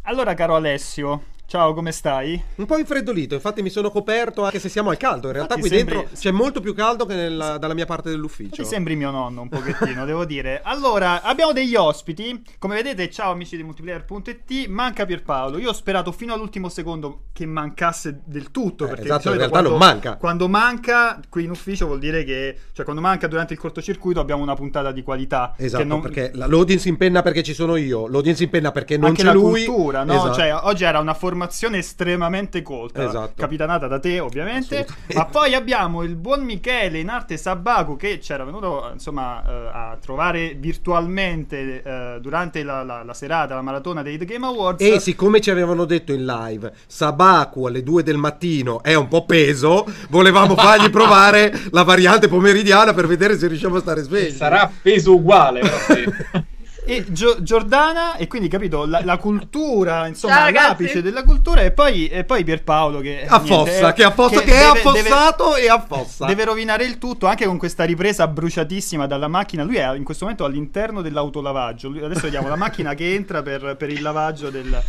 Allora, caro Alessio, ciao, come stai? Un po' infreddolito, infatti mi sono coperto anche se siamo al caldo. In realtà qui dentro c'è molto più caldo che dalla mia parte dell'ufficio. Ti sembri mio nonno un pochettino, devo dire. Allora, abbiamo degli ospiti. Come vedete, ciao amici di multiplayer.it. Manca Pierpaolo. Io ho sperato fino all'ultimo secondo che mancasse del tutto. Perché esatto, di in realtà non manca. Quando manca qui in ufficio vuol dire che, cioè quando manca durante il cortocircuito abbiamo una puntata di qualità. Esatto, perché l'audience impenna perché ci sono io, l'audience impenna perché non c'è lui. Anche la cultura, no? Esatto. Cioè, oggi era una formazione estremamente colta, esatto, capitanata da te ovviamente, ma poi abbiamo il buon Michele in arte Sabaku che c'era venuto insomma a trovare virtualmente durante la serata, la maratona dei The Game Awards, e siccome ci avevano detto in live Sabaku alle 2 del mattino è un po' peso, volevamo fargli provare la variante pomeridiana per vedere se riusciamo a stare svegli. Sarà peso uguale però e Giordana, e quindi capito la cultura, insomma. Ciao, l'apice della cultura, e poi Pierpaolo che affossa, che è affossato e affossa, deve rovinare il tutto anche con questa ripresa bruciatissima dalla macchina. Lui è in questo momento all'interno dell'autolavaggio. Adesso vediamo la macchina che entra per il lavaggio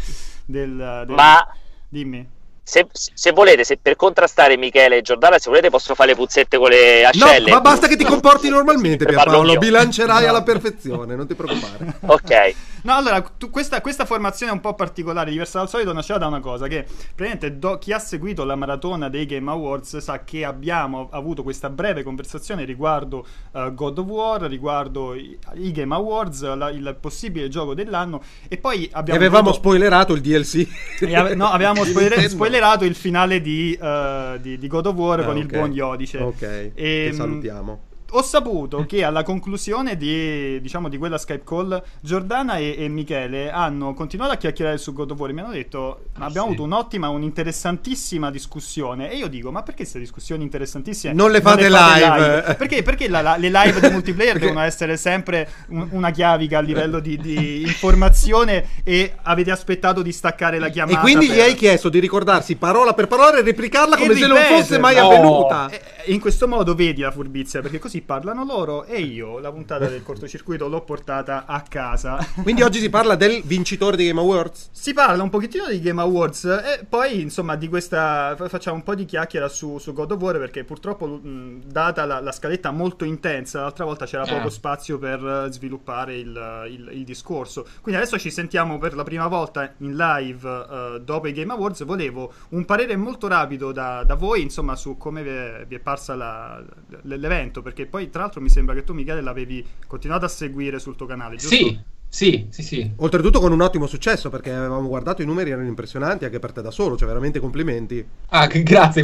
del ma dimmi. Se volete, se per contrastare Michele e Giordana, se volete posso fare le puzzette con le ascelle. No, ma basta che ti comporti normalmente, Pierpaolo, bilancerai alla perfezione, non ti preoccupare. Ok. No, allora, questa formazione è un po' particolare, diversa dal solito, nasceva da una cosa, che praticamente chi ha seguito la maratona dei Game Awards sa che abbiamo avuto questa breve conversazione riguardo God of War, riguardo i Game Awards, il possibile gioco dell'anno, e poi avevamo spoilerato il DLC. No, avevamo spoilerato il finale di God of War con il buon Iodice. Ok, ti salutiamo. Ho saputo che alla conclusione di quella Skype call Giordana e Michele hanno continuato a chiacchierare su God of War e mi hanno detto abbiamo avuto un'interessantissima discussione, e io dico ma perché queste discussioni interessantissime non le fate live? Perché le live di multiplayer devono essere sempre una chiavica a livello di informazione, e avete aspettato di staccare la chiamata e quindi gli hai chiesto di ricordarsi parola per parola e replicarla come se non fosse mai avvenuta, e in questo modo vedi la furbizia, perché così parlano loro e io la puntata del cortocircuito l'ho portata a casa. Quindi oggi si parla del vincitore dei Game Awards? Si parla un pochettino dei Game Awards e poi insomma di questa facciamo un po' di chiacchiera su God of War, perché purtroppo data la scaletta molto intensa l'altra volta c'era poco spazio per sviluppare il discorso, quindi adesso ci sentiamo per la prima volta in live dopo i Game Awards. Volevo un parere molto rapido da voi insomma su come vi è parsa l'evento, perché poi tra l'altro mi sembra che tu Michele l'avevi continuato a seguire sul tuo canale, giusto? Sì. Oltretutto con un ottimo successo, perché avevamo guardato, i numeri erano impressionanti anche per te da solo, cioè veramente complimenti. Grazie,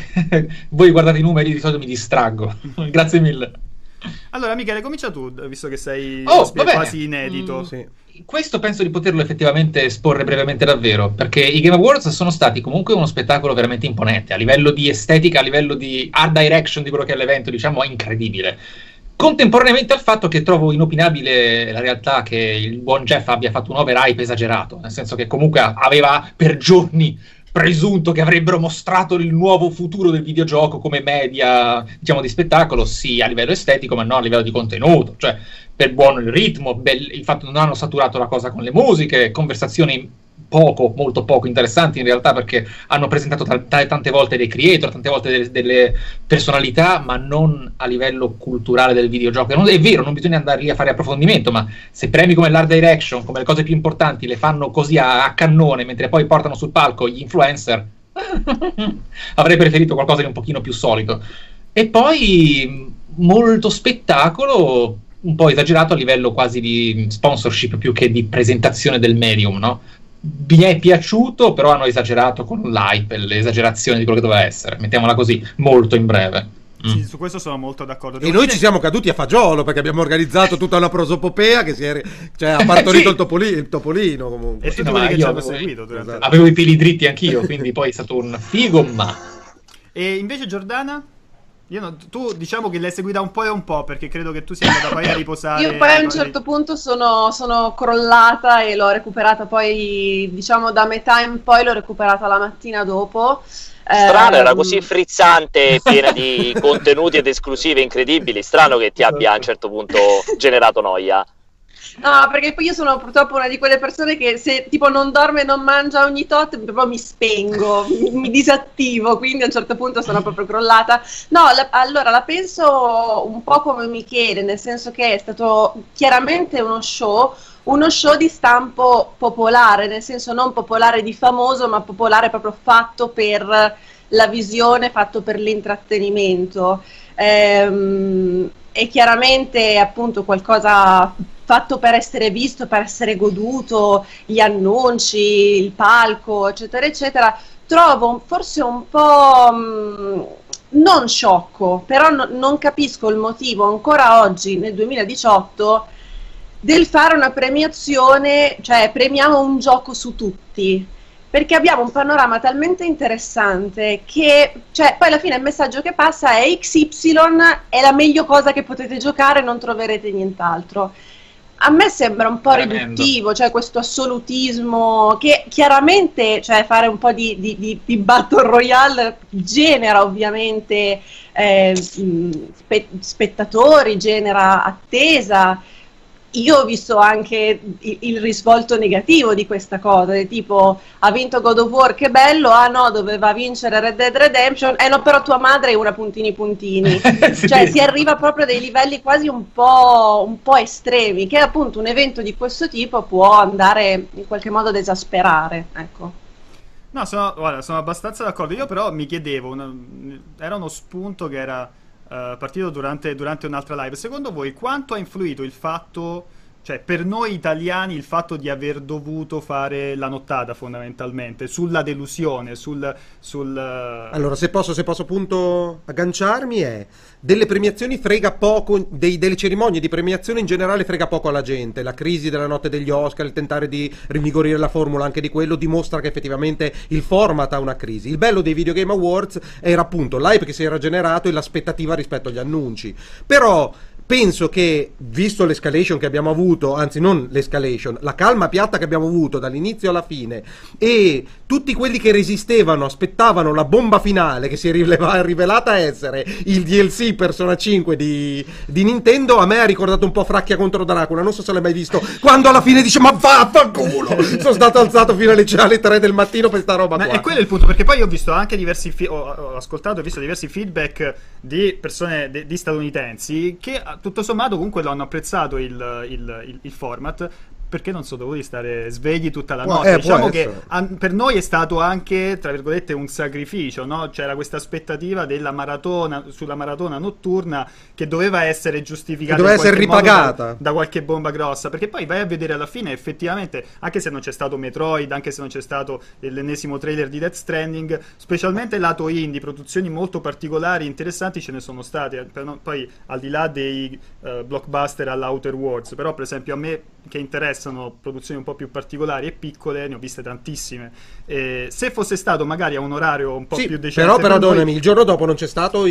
voi guardate i numeri, di solito mi distraggo. Grazie mille. Allora Michele, comincia tu, visto che sei quasi inedito. Sì. Questo penso di poterlo effettivamente esporre brevemente davvero, perché i Game Awards sono stati comunque uno spettacolo veramente imponente, a livello di estetica, a livello di art direction di quello che è l'evento, diciamo, è incredibile. Contemporaneamente al fatto che trovo inopinabile la realtà che il buon Jeff abbia fatto un overhype esagerato, nel senso che comunque aveva per giorni presunto che avrebbero mostrato il nuovo futuro del videogioco come media, diciamo, di spettacolo, sì, a livello estetico, ma non a livello di contenuto. Cioè, per buono il ritmo, il fatto che non hanno saturato la cosa con le musiche, conversazioni molto poco interessanti in realtà, perché hanno presentato tante volte dei creator, tante volte delle personalità, ma non a livello culturale del videogioco. È vero, non bisogna andare lì a fare approfondimento, ma se premi come l'art direction, come le cose più importanti, le fanno così a cannone, mentre poi portano sul palco gli influencer, avrei preferito qualcosa di un pochino più solido. E poi molto spettacolo, un po' esagerato a livello quasi di sponsorship più che di presentazione del medium, no? Mi è piaciuto, però hanno esagerato con l'hype, l'esagerazione di quello che doveva essere, mettiamola così, molto in breve. Sì, su questo sono molto d'accordo. E noi ci siamo caduti a fagiolo, perché abbiamo organizzato tutta una prosopopea che ha partorito il topolino comunque. E tutti quelli che ci hanno seguito avevo i peli dritti anch'io, quindi poi è stato un figo, ma... E invece Giordana? Tu diciamo che l'hai seguita un po' e un po', perché credo che tu sia andata poi a riposare. Io poi a un certo punto sono crollata e l'ho recuperata poi, diciamo, da metà in poi l'ho recuperata la mattina dopo. Strano, era così frizzante, piena di contenuti ed esclusive incredibili. Strano che ti abbia a un certo punto generato noia. No, perché poi io sono purtroppo una di quelle persone che se tipo non dorme e non mangia ogni tot, proprio mi spengo, mi disattivo, quindi a un certo punto sono proprio crollata. No, allora la penso un po' come Michele, nel senso che è stato chiaramente uno show di stampo popolare, nel senso non popolare di famoso, ma popolare proprio fatto per la visione, fatto per l'intrattenimento. E chiaramente appunto qualcosa fatto per essere visto, per essere goduto, gli annunci, il palco, eccetera, eccetera. Trovo forse un po' non sciocco, però non capisco il motivo ancora oggi, nel 2018, del fare una premiazione, cioè premiamo un gioco su tutti. Perché abbiamo un panorama talmente interessante che, cioè, poi alla fine il messaggio che passa è XY è la meglio cosa che potete giocare, non troverete nient'altro. A me sembra un po' riduttivo, cioè questo assolutismo che chiaramente, cioè fare un po' di Battle Royale genera ovviamente spettatori, genera attesa. Io ho visto anche il risvolto negativo di questa cosa, del tipo ha vinto God of War, che bello, ah no, doveva vincere Red Dead Redemption, no però tua madre è una puntini. Sì. Cioè si arriva proprio a dei livelli quasi un po' estremi, che appunto un evento di questo tipo può andare in qualche modo ad esasperare, ecco. No, sono abbastanza d'accordo. Io però mi chiedevo, era uno spunto che era partito durante un'altra live. Secondo voi quanto ha influito il fatto, cioè per noi italiani, il fatto di aver dovuto fare la nottata fondamentalmente, sulla delusione, Allora, se posso appunto agganciarmi, delle premiazioni frega poco, delle cerimonie di premiazione in generale frega poco alla gente. La crisi della notte degli Oscar, il tentare di rinvigorire la formula anche di quello, dimostra che effettivamente il format ha una crisi. Il bello dei Video Game Awards era appunto l'hype che si era generato e l'aspettativa rispetto agli annunci. Però penso che, visto l'escalation che abbiamo avuto, anzi non l'escalation, la calma piatta che abbiamo avuto dall'inizio alla fine, e tutti quelli che resistevano, aspettavano la bomba finale che si è rivelata essere il DLC Persona 5 di Nintendo, a me ha ricordato un po' Fracchia contro Dracula, non so se l'hai mai visto, quando alla fine dice ma vaffanculo, sono stato alzato fino alle 3 del mattino per sta roba qua. E quello è il punto, perché poi ho visto anche ho ascoltato e visto diversi feedback di persone di statunitensi che tutto sommato comunque lo hanno apprezzato il format, perché non sono dovuti stare svegli tutta la notte. Diciamo che per noi è stato anche, tra virgolette, un sacrificio, no? C'era questa aspettativa della maratona, sulla maratona notturna, che doveva essere giustificata, doveva essere ripagata da qualche bomba grossa, perché poi vai a vedere alla fine effettivamente, anche se non c'è stato Metroid, anche se non c'è stato l'ennesimo trailer di Death Stranding, specialmente lato indie, produzioni molto particolari, interessanti ce ne sono state, poi al di là dei blockbuster alla Outer Worlds, però per esempio a me che interessano produzioni un po' più particolari e piccole, ne ho viste tantissime. Se fosse stato magari a un orario un po' più decente, però perdonami, il giorno dopo non c'è stato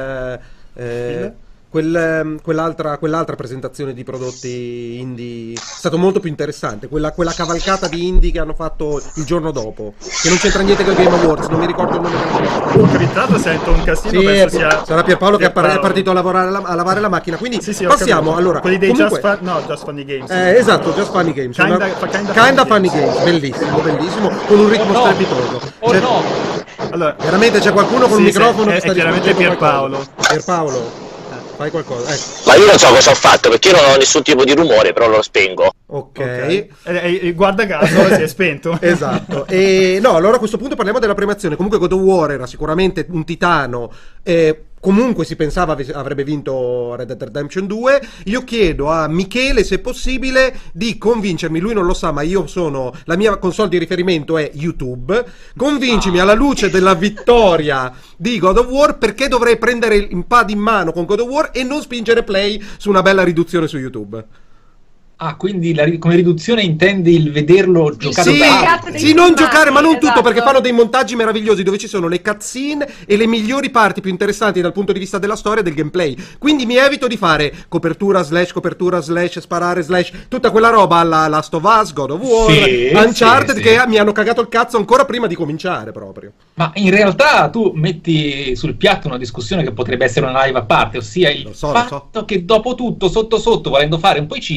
quell'altra presentazione di prodotti indie, è stato molto più interessante, quella cavalcata di indie che hanno fatto il giorno dopo, che non c'entra niente con i Game Awards, non mi ricordo il nome della capitato, sento un casino, penso sia sarà Pierpaolo che è partito a lavare la macchina, quindi passiamo allora quelli dei comunque, Just Funny Games, esatto, Just Funny Games, Kinda Funny Games, bellissimo, con un ritmo strepitoso. Allora, veramente c'è qualcuno con il microfono che sta chiaramente Pierpaolo, fai qualcosa, ecco. Ma io non so cosa ho fatto, perché io non ho nessun tipo di rumore, però lo spengo. Ok. Guarda caso si è spento. Esatto. E no, allora a questo punto parliamo della premiazione. Comunque God of War era sicuramente un titano. Comunque si pensava avrebbe vinto Red Dead Redemption 2. Io chiedo a Michele, se è possibile, di convincermi. Lui non lo sa, ma la mia console di riferimento è YouTube. Convincimi alla luce della vittoria di God of War, perché dovrei prendere il pad in mano con God of War e non spingere play su una bella riduzione su YouTube. Ah, quindi come riduzione intendi il vederlo giocato sì, non giocare, ma non tutto, perché fanno dei montaggi meravigliosi dove ci sono le cutscene e le migliori parti più interessanti dal punto di vista della storia e del gameplay. Quindi mi evito di fare copertura / sparare / tutta quella roba alla Last of Us, God of War, Uncharted, che mi hanno cagato il cazzo ancora prima di cominciare proprio. Ma in realtà tu metti sul piatto una discussione che potrebbe essere una live a parte, ossia il fatto che dopo tutto, sotto volendo fare un po' i cinici,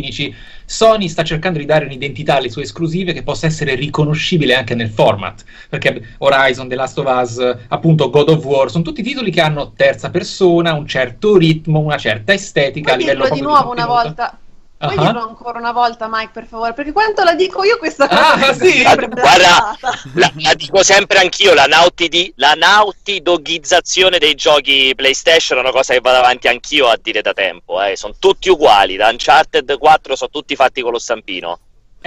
Sony sta cercando di dare un'identità alle sue esclusive che possa essere riconoscibile anche nel format, perché Horizon, The Last of Us, appunto God of War, sono tutti titoli che hanno terza persona, un certo ritmo, una certa estetica. Puoi dirlo di nuovo una volta? Puoi dirlo ancora una volta, Mike, per favore? Perché quanto la dico io questa cosa? Sì. Guarda, la dico sempre anch'io, la Naughty Dogizzazione dei giochi PlayStation è una cosa che vado avanti anch'io a dire da tempo. Sono tutti uguali, da Uncharted 4 sono tutti fatti con lo stampino.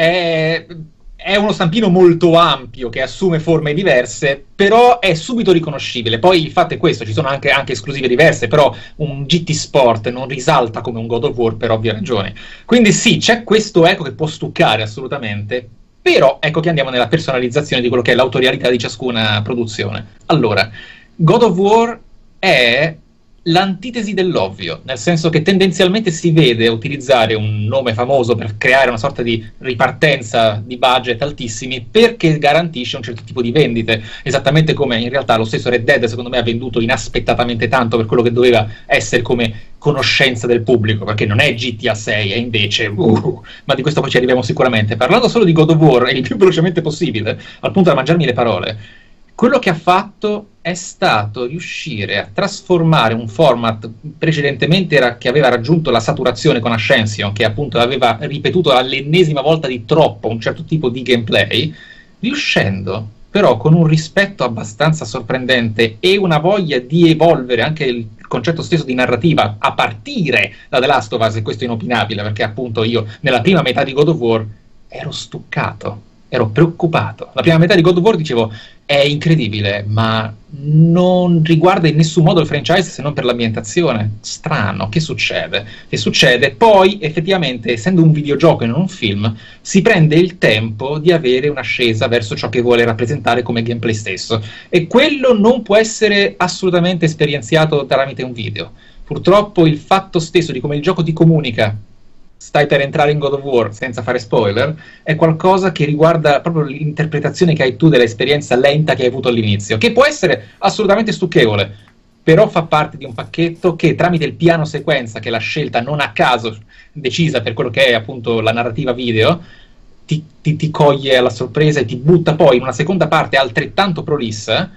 È uno stampino molto ampio che assume forme diverse, però è subito riconoscibile. Poi il fatto è questo, ci sono anche esclusive diverse, però un GT Sport non risalta come un God of War per ovvie ragioni. Quindi sì, c'è questo eco che può stuccare assolutamente, però ecco che andiamo nella personalizzazione di quello che è l'autorialità di ciascuna produzione. Allora, God of War è l'antitesi dell'ovvio, nel senso che tendenzialmente si vede utilizzare un nome famoso per creare una sorta di ripartenza di budget altissimi perché garantisce un certo tipo di vendite, esattamente come in realtà lo stesso Red Dead secondo me ha venduto inaspettatamente tanto per quello che doveva essere come conoscenza del pubblico, perché non è GTA 6 e invece ma di questo poi ci arriviamo sicuramente. Parlando solo di God of War e il più velocemente possibile, al punto da mangiarmi le parole, quello che ha fatto è stato riuscire a trasformare un format precedentemente che aveva raggiunto la saturazione con Ascension, che appunto aveva ripetuto all'ennesima volta di troppo un certo tipo di gameplay, riuscendo però con un rispetto abbastanza sorprendente e una voglia di evolvere anche il concetto stesso di narrativa a partire da The Last of Us, e questo è inopinabile perché appunto io nella prima metà di God of War ero stuccato, ero preoccupato. La prima metà di God of War dicevo è incredibile, ma non riguarda in nessun modo il franchise se non per l'ambientazione. Strano, che succede? Che succede? Poi, effettivamente, essendo un videogioco e non un film, si prende il tempo di avere un'ascesa verso ciò che vuole rappresentare come gameplay stesso. E quello non può essere assolutamente esperienziato tramite un video. Purtroppo il fatto stesso di come il gioco ti comunica stai per entrare in God of War, senza fare spoiler, è qualcosa che riguarda proprio l'interpretazione che hai tu dell'esperienza lenta che hai avuto all'inizio, che può essere assolutamente stucchevole, però fa parte di un pacchetto che tramite il piano sequenza, che è la scelta non a caso decisa per quello che è appunto la narrativa video, ti coglie alla sorpresa e ti butta poi in una seconda parte altrettanto prolissa,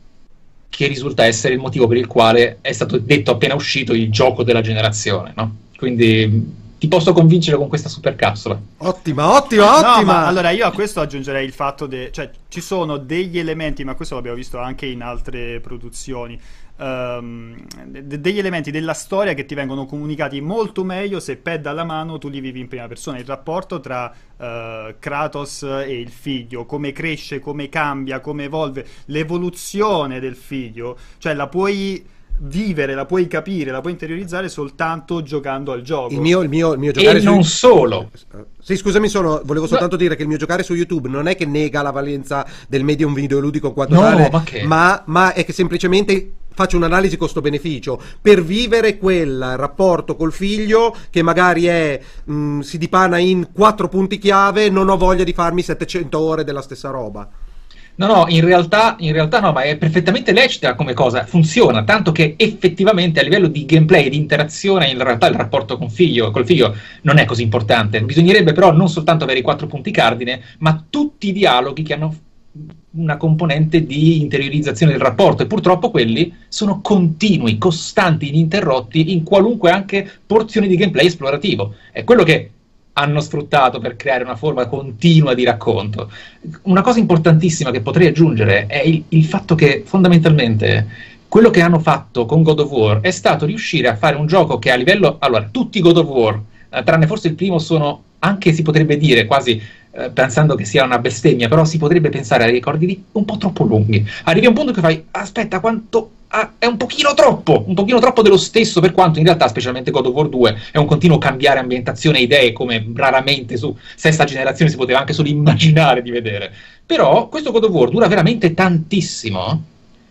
che risulta essere il motivo per il quale è stato detto appena uscito il gioco della generazione, no? Quindi ti posso convincere con questa supercapsula. Ottima. No, ma allora io a questo aggiungerei il fatto cioè ci sono degli elementi, ma questo l'abbiamo visto anche in altre produzioni, degli elementi della storia che ti vengono comunicati molto meglio se pad alla mano tu li vivi in prima persona. Il rapporto tra Kratos e il figlio, come cresce, come cambia, come evolve, l'evoluzione del figlio, cioè la puoi vivere, la puoi capire, la puoi interiorizzare soltanto giocando al gioco. Il mio giocare e non solo. Sì, scusami, volevo soltanto dire che il mio giocare su YouTube non è che nega la valenza del medium videoludico in quanto tale, ma è che semplicemente faccio un'analisi costo-beneficio per vivere quel rapporto col figlio che magari si dipana in 4 punti chiave. Non ho voglia di farmi 700 ore della stessa roba. No, in realtà no, ma è perfettamente lecita come cosa, funziona, tanto che effettivamente a livello di gameplay e di interazione in realtà il rapporto col figlio non è così importante. Bisognerebbe però non soltanto avere i 4 punti cardine, ma tutti i dialoghi che hanno una componente di interiorizzazione del rapporto, e purtroppo quelli sono continui, costanti, ininterrotti in qualunque anche porzione di gameplay esplorativo. È quello che hanno sfruttato per creare una forma continua di racconto. Una cosa importantissima che potrei aggiungere è il fatto che fondamentalmente quello che hanno fatto con God of War è stato riuscire a fare un gioco che a livello... Allora, tutti God of War, tranne forse il primo, sono anche, si potrebbe dire, quasi pensando che sia una bestemmia, però si potrebbe pensare ai ricordi un po' troppo lunghi. Arrivi a un punto che fai, aspetta, quanto... è un pochino troppo dello stesso, per quanto in realtà specialmente God of War 2 è un continuo cambiare ambientazione e idee come raramente su sesta generazione si poteva anche solo immaginare di vedere. Però questo God of War dura veramente tantissimo,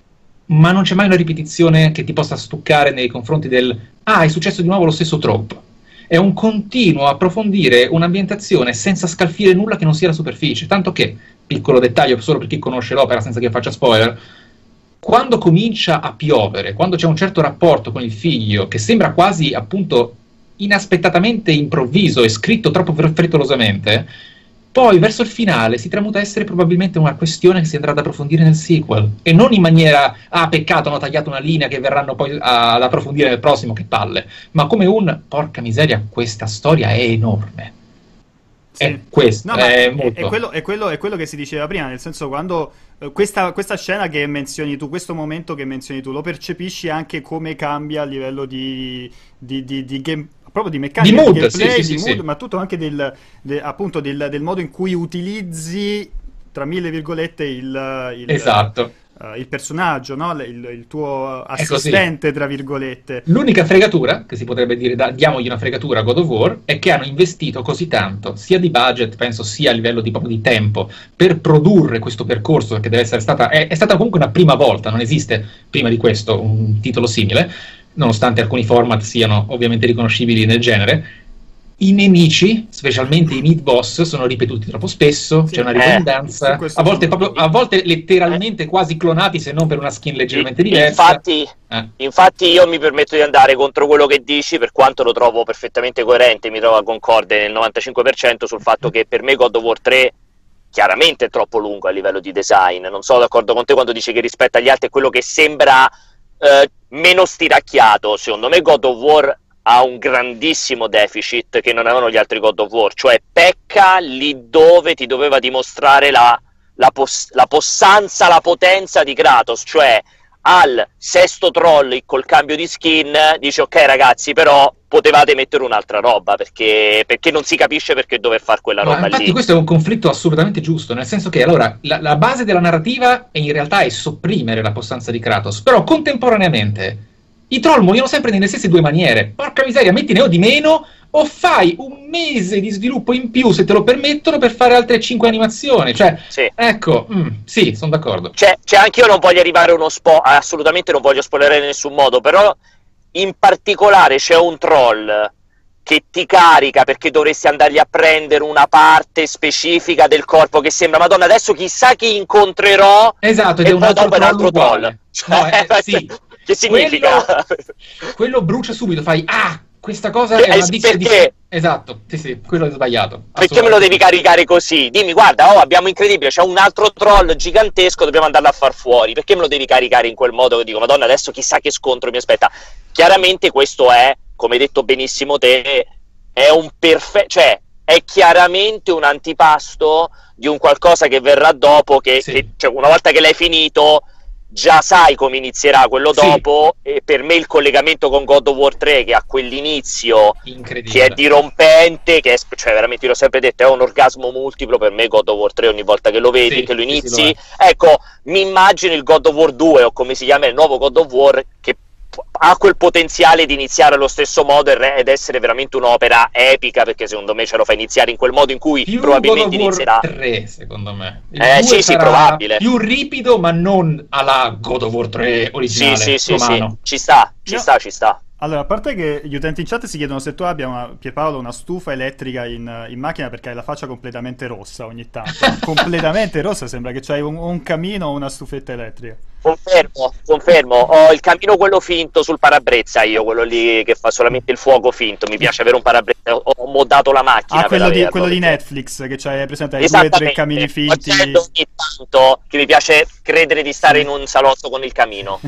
ma non c'è mai una ripetizione che ti possa stuccare nei confronti è successo di nuovo lo stesso troppo. È un continuo approfondire un'ambientazione senza scalfire nulla che non sia la superficie, tanto che, piccolo dettaglio solo per chi conosce l'opera senza che io faccia spoiler, quando comincia a piovere, quando c'è un certo rapporto con il figlio che sembra quasi appunto inaspettatamente improvviso e scritto troppo frettolosamente, poi verso il finale si tramuta a essere probabilmente una questione che si andrà ad approfondire nel sequel, e non in maniera peccato, hanno tagliato una linea che verranno poi ad approfondire nel prossimo, che palle, ma come porca miseria, questa storia è enorme. Sì. È questo, no, è molto. È quello che si diceva prima, nel senso, quando questa scena che menzioni tu, questo momento che menzioni tu, lo percepisci anche come cambia a livello di game, proprio di meccanica, di mood, di gameplay, sì, di mood, sì. ma tutto anche appunto del modo in cui utilizzi, tra mille virgolette, Esatto. Il personaggio, no? Il tuo È così. assistente, tra virgolette. L'unica fregatura, che si potrebbe dire, diamogli una fregatura a God of War, è che hanno investito così tanto, sia di budget, penso, sia a livello proprio di tempo, per produrre questo percorso, che deve essere stata, è stata comunque una prima volta, non esiste prima di questo un titolo simile, nonostante alcuni format siano ovviamente riconoscibili nel genere. I nemici, specialmente i mid-boss, sono ripetuti troppo spesso, Sì, c'è una ridondanza, su a volte, questo a volte letteralmente quasi clonati, se non per una skin leggermente diversa. Infatti io mi permetto di andare contro quello che dici, per quanto lo trovo perfettamente coerente, mi trovo concorde nel 95% sul fatto che per me God of War 3 chiaramente è troppo lungo a livello di design. Non sono d'accordo con te quando dici che rispetto agli altri è quello che sembra meno stiracchiato. Secondo me God of War ha un grandissimo deficit che non avevano gli altri God of War, cioè pecca lì dove ti doveva dimostrare la possanza, la potenza di Kratos, cioè al sesto troll col cambio di skin dice ok ragazzi, però potevate mettere un'altra roba, perché non si capisce perché dover fare quella roba infatti lì. Questo è un conflitto assolutamente giusto, nel senso che allora la base della narrativa in realtà è sopprimere la possanza di Kratos, però contemporaneamente i troll muoiono sempre nelle stesse due maniere. Porca miseria, mettine o di meno, o fai un mese di sviluppo in più, se te lo permettono, per fare altre 5 animazioni. Cioè, sì. Ecco, sì, sono d'accordo. C'è anche io non voglio arrivare assolutamente non voglio spoilerare in nessun modo, però in particolare c'è un troll che ti carica perché dovresti andargli a prendere una parte specifica del corpo che sembra, Madonna, adesso chissà chi incontrerò. Esatto, ed e è un altro dopo è un altro troll. Cioè, no, sì. Che significa? Quello brucia subito, fai questa cosa è una perché? Esatto, sì, quello è sbagliato. Perché me lo devi caricare così? Dimmi, guarda, abbiamo incredibile, c'è un altro troll gigantesco, dobbiamo andarlo a far fuori. Perché me lo devi caricare in quel modo che dico, Madonna, adesso chissà che scontro mi aspetta. Chiaramente questo è, come hai detto benissimo te, è un cioè è chiaramente un antipasto di un qualcosa che verrà dopo, cioè una volta che l'hai finito già sai come inizierà quello dopo, e per me il collegamento con God of War 3, che ha quell'inizio che è dirompente, cioè veramente, io l'ho sempre detto, è un orgasmo multiplo per me God of War 3 ogni volta che lo vedi, che lo inizi, ecco, mi immagino il God of War 2, o come si chiama il nuovo God of War, che ha quel potenziale di iniziare allo stesso modo ed essere veramente un'opera epica, perché secondo me ce lo fa iniziare in quel modo in cui più probabilmente God of inizierà. War 3, secondo me. Sì, probabile. Più ripido, ma non alla God of War 3 originale. Sì. Ci sta. Allora, a parte che gli utenti in chat si chiedono se tu abbia, Pierpaolo, una stufa elettrica in macchina, perché hai la faccia completamente rossa ogni tanto. Completamente rossa, sembra che c'hai un camino o una stufetta elettrica. Confermo, ho il camino quello finto sul parabrezza, io quello lì che fa solamente il fuoco finto, mi piace avere un parabrezza, ho moddato la macchina per quello di Netflix, che c'hai presente, hai 2 o 3 camini finti. Ogni tanto che mi piace credere di stare in un salotto con il camino.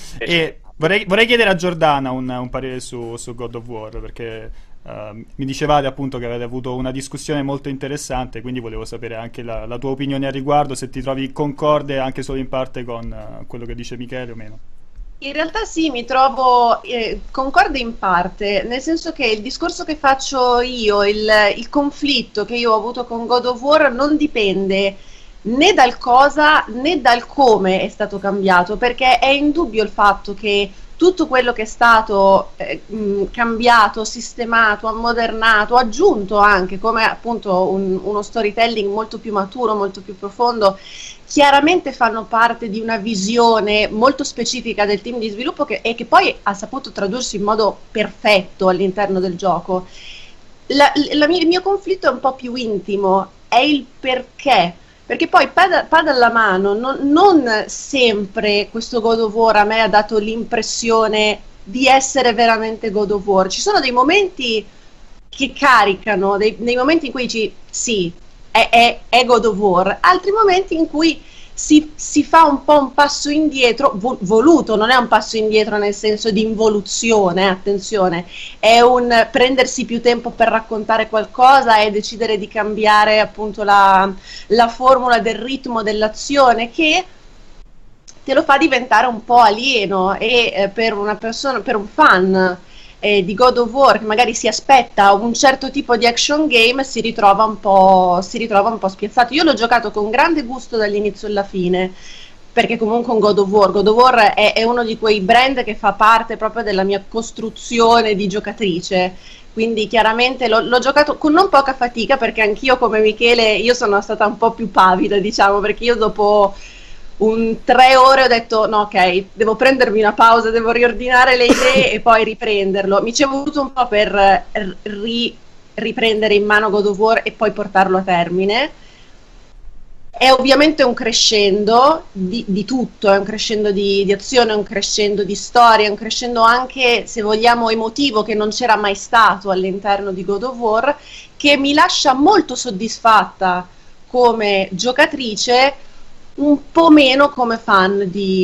E vorrei chiedere a Giordana un parere su God of War, perché mi dicevate appunto che avete avuto una discussione molto interessante, quindi volevo sapere anche la tua opinione al riguardo, se ti trovi concorde anche solo in parte con quello che dice Michele o meno. In realtà sì, mi trovo concorde in parte, nel senso che il discorso che faccio io, il conflitto che io ho avuto con God of War non dipende né dal cosa né dal come è stato cambiato, perché è indubbio il fatto che tutto quello che è stato cambiato, sistemato, ammodernato, aggiunto anche come appunto uno storytelling molto più maturo, molto più profondo, chiaramente fanno parte di una visione molto specifica del team di sviluppo e che poi ha saputo tradursi in modo perfetto all'interno del gioco. Il mio conflitto è un po' più intimo, è il perché. Perché poi pada alla mano, non sempre questo God of War a me ha dato l'impressione di essere veramente God of War. Ci sono dei momenti che caricano, dei momenti in cui dici sì, è God of War, altri momenti in cui si fa un po' un passo indietro, voluto, non è un passo indietro nel senso di involuzione, attenzione, è un prendersi più tempo per raccontare qualcosa e decidere di cambiare appunto la formula del ritmo dell'azione, che te lo fa diventare un po' alieno, e per una persona, per un fan di God of War che magari si aspetta un certo tipo di action game, si ritrova un po' spiazzato. Io l'ho giocato con grande gusto dall'inizio alla fine, perché comunque un God of War è uno di quei brand che fa parte proprio della mia costruzione di giocatrice, quindi chiaramente l'ho giocato con non poca fatica, perché anch'io come Michele io sono stata un po' più pavida, diciamo, perché io dopo 3 ore ho detto no, ok, devo prendermi una pausa, devo riordinare le idee e poi riprenderlo. Mi ci è voluto un po' per riprendere in mano God of War e poi portarlo a termine. È ovviamente un crescendo di tutto, è un crescendo di azione, è un crescendo di storia, è un crescendo anche, se vogliamo, emotivo, che non c'era mai stato all'interno di God of War, che mi lascia molto soddisfatta come giocatrice, un po' meno come fan di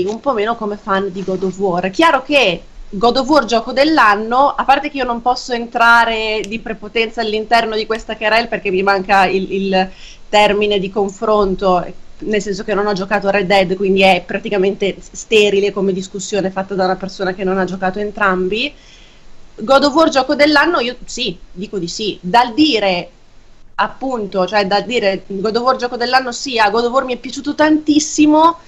God of War. Chiaro che God of War gioco dell'anno, a parte che io non posso entrare di prepotenza all'interno di questa querela perché mi manca il termine di confronto, nel senso che non ho giocato Red Dead, quindi è praticamente sterile come discussione fatta da una persona che non ha giocato entrambi. God of War gioco dell'anno, io sì, dico di sì. Dal dire appunto, cioè da dire God of War gioco dell'anno, sì, God of War mi è piaciuto tantissimo,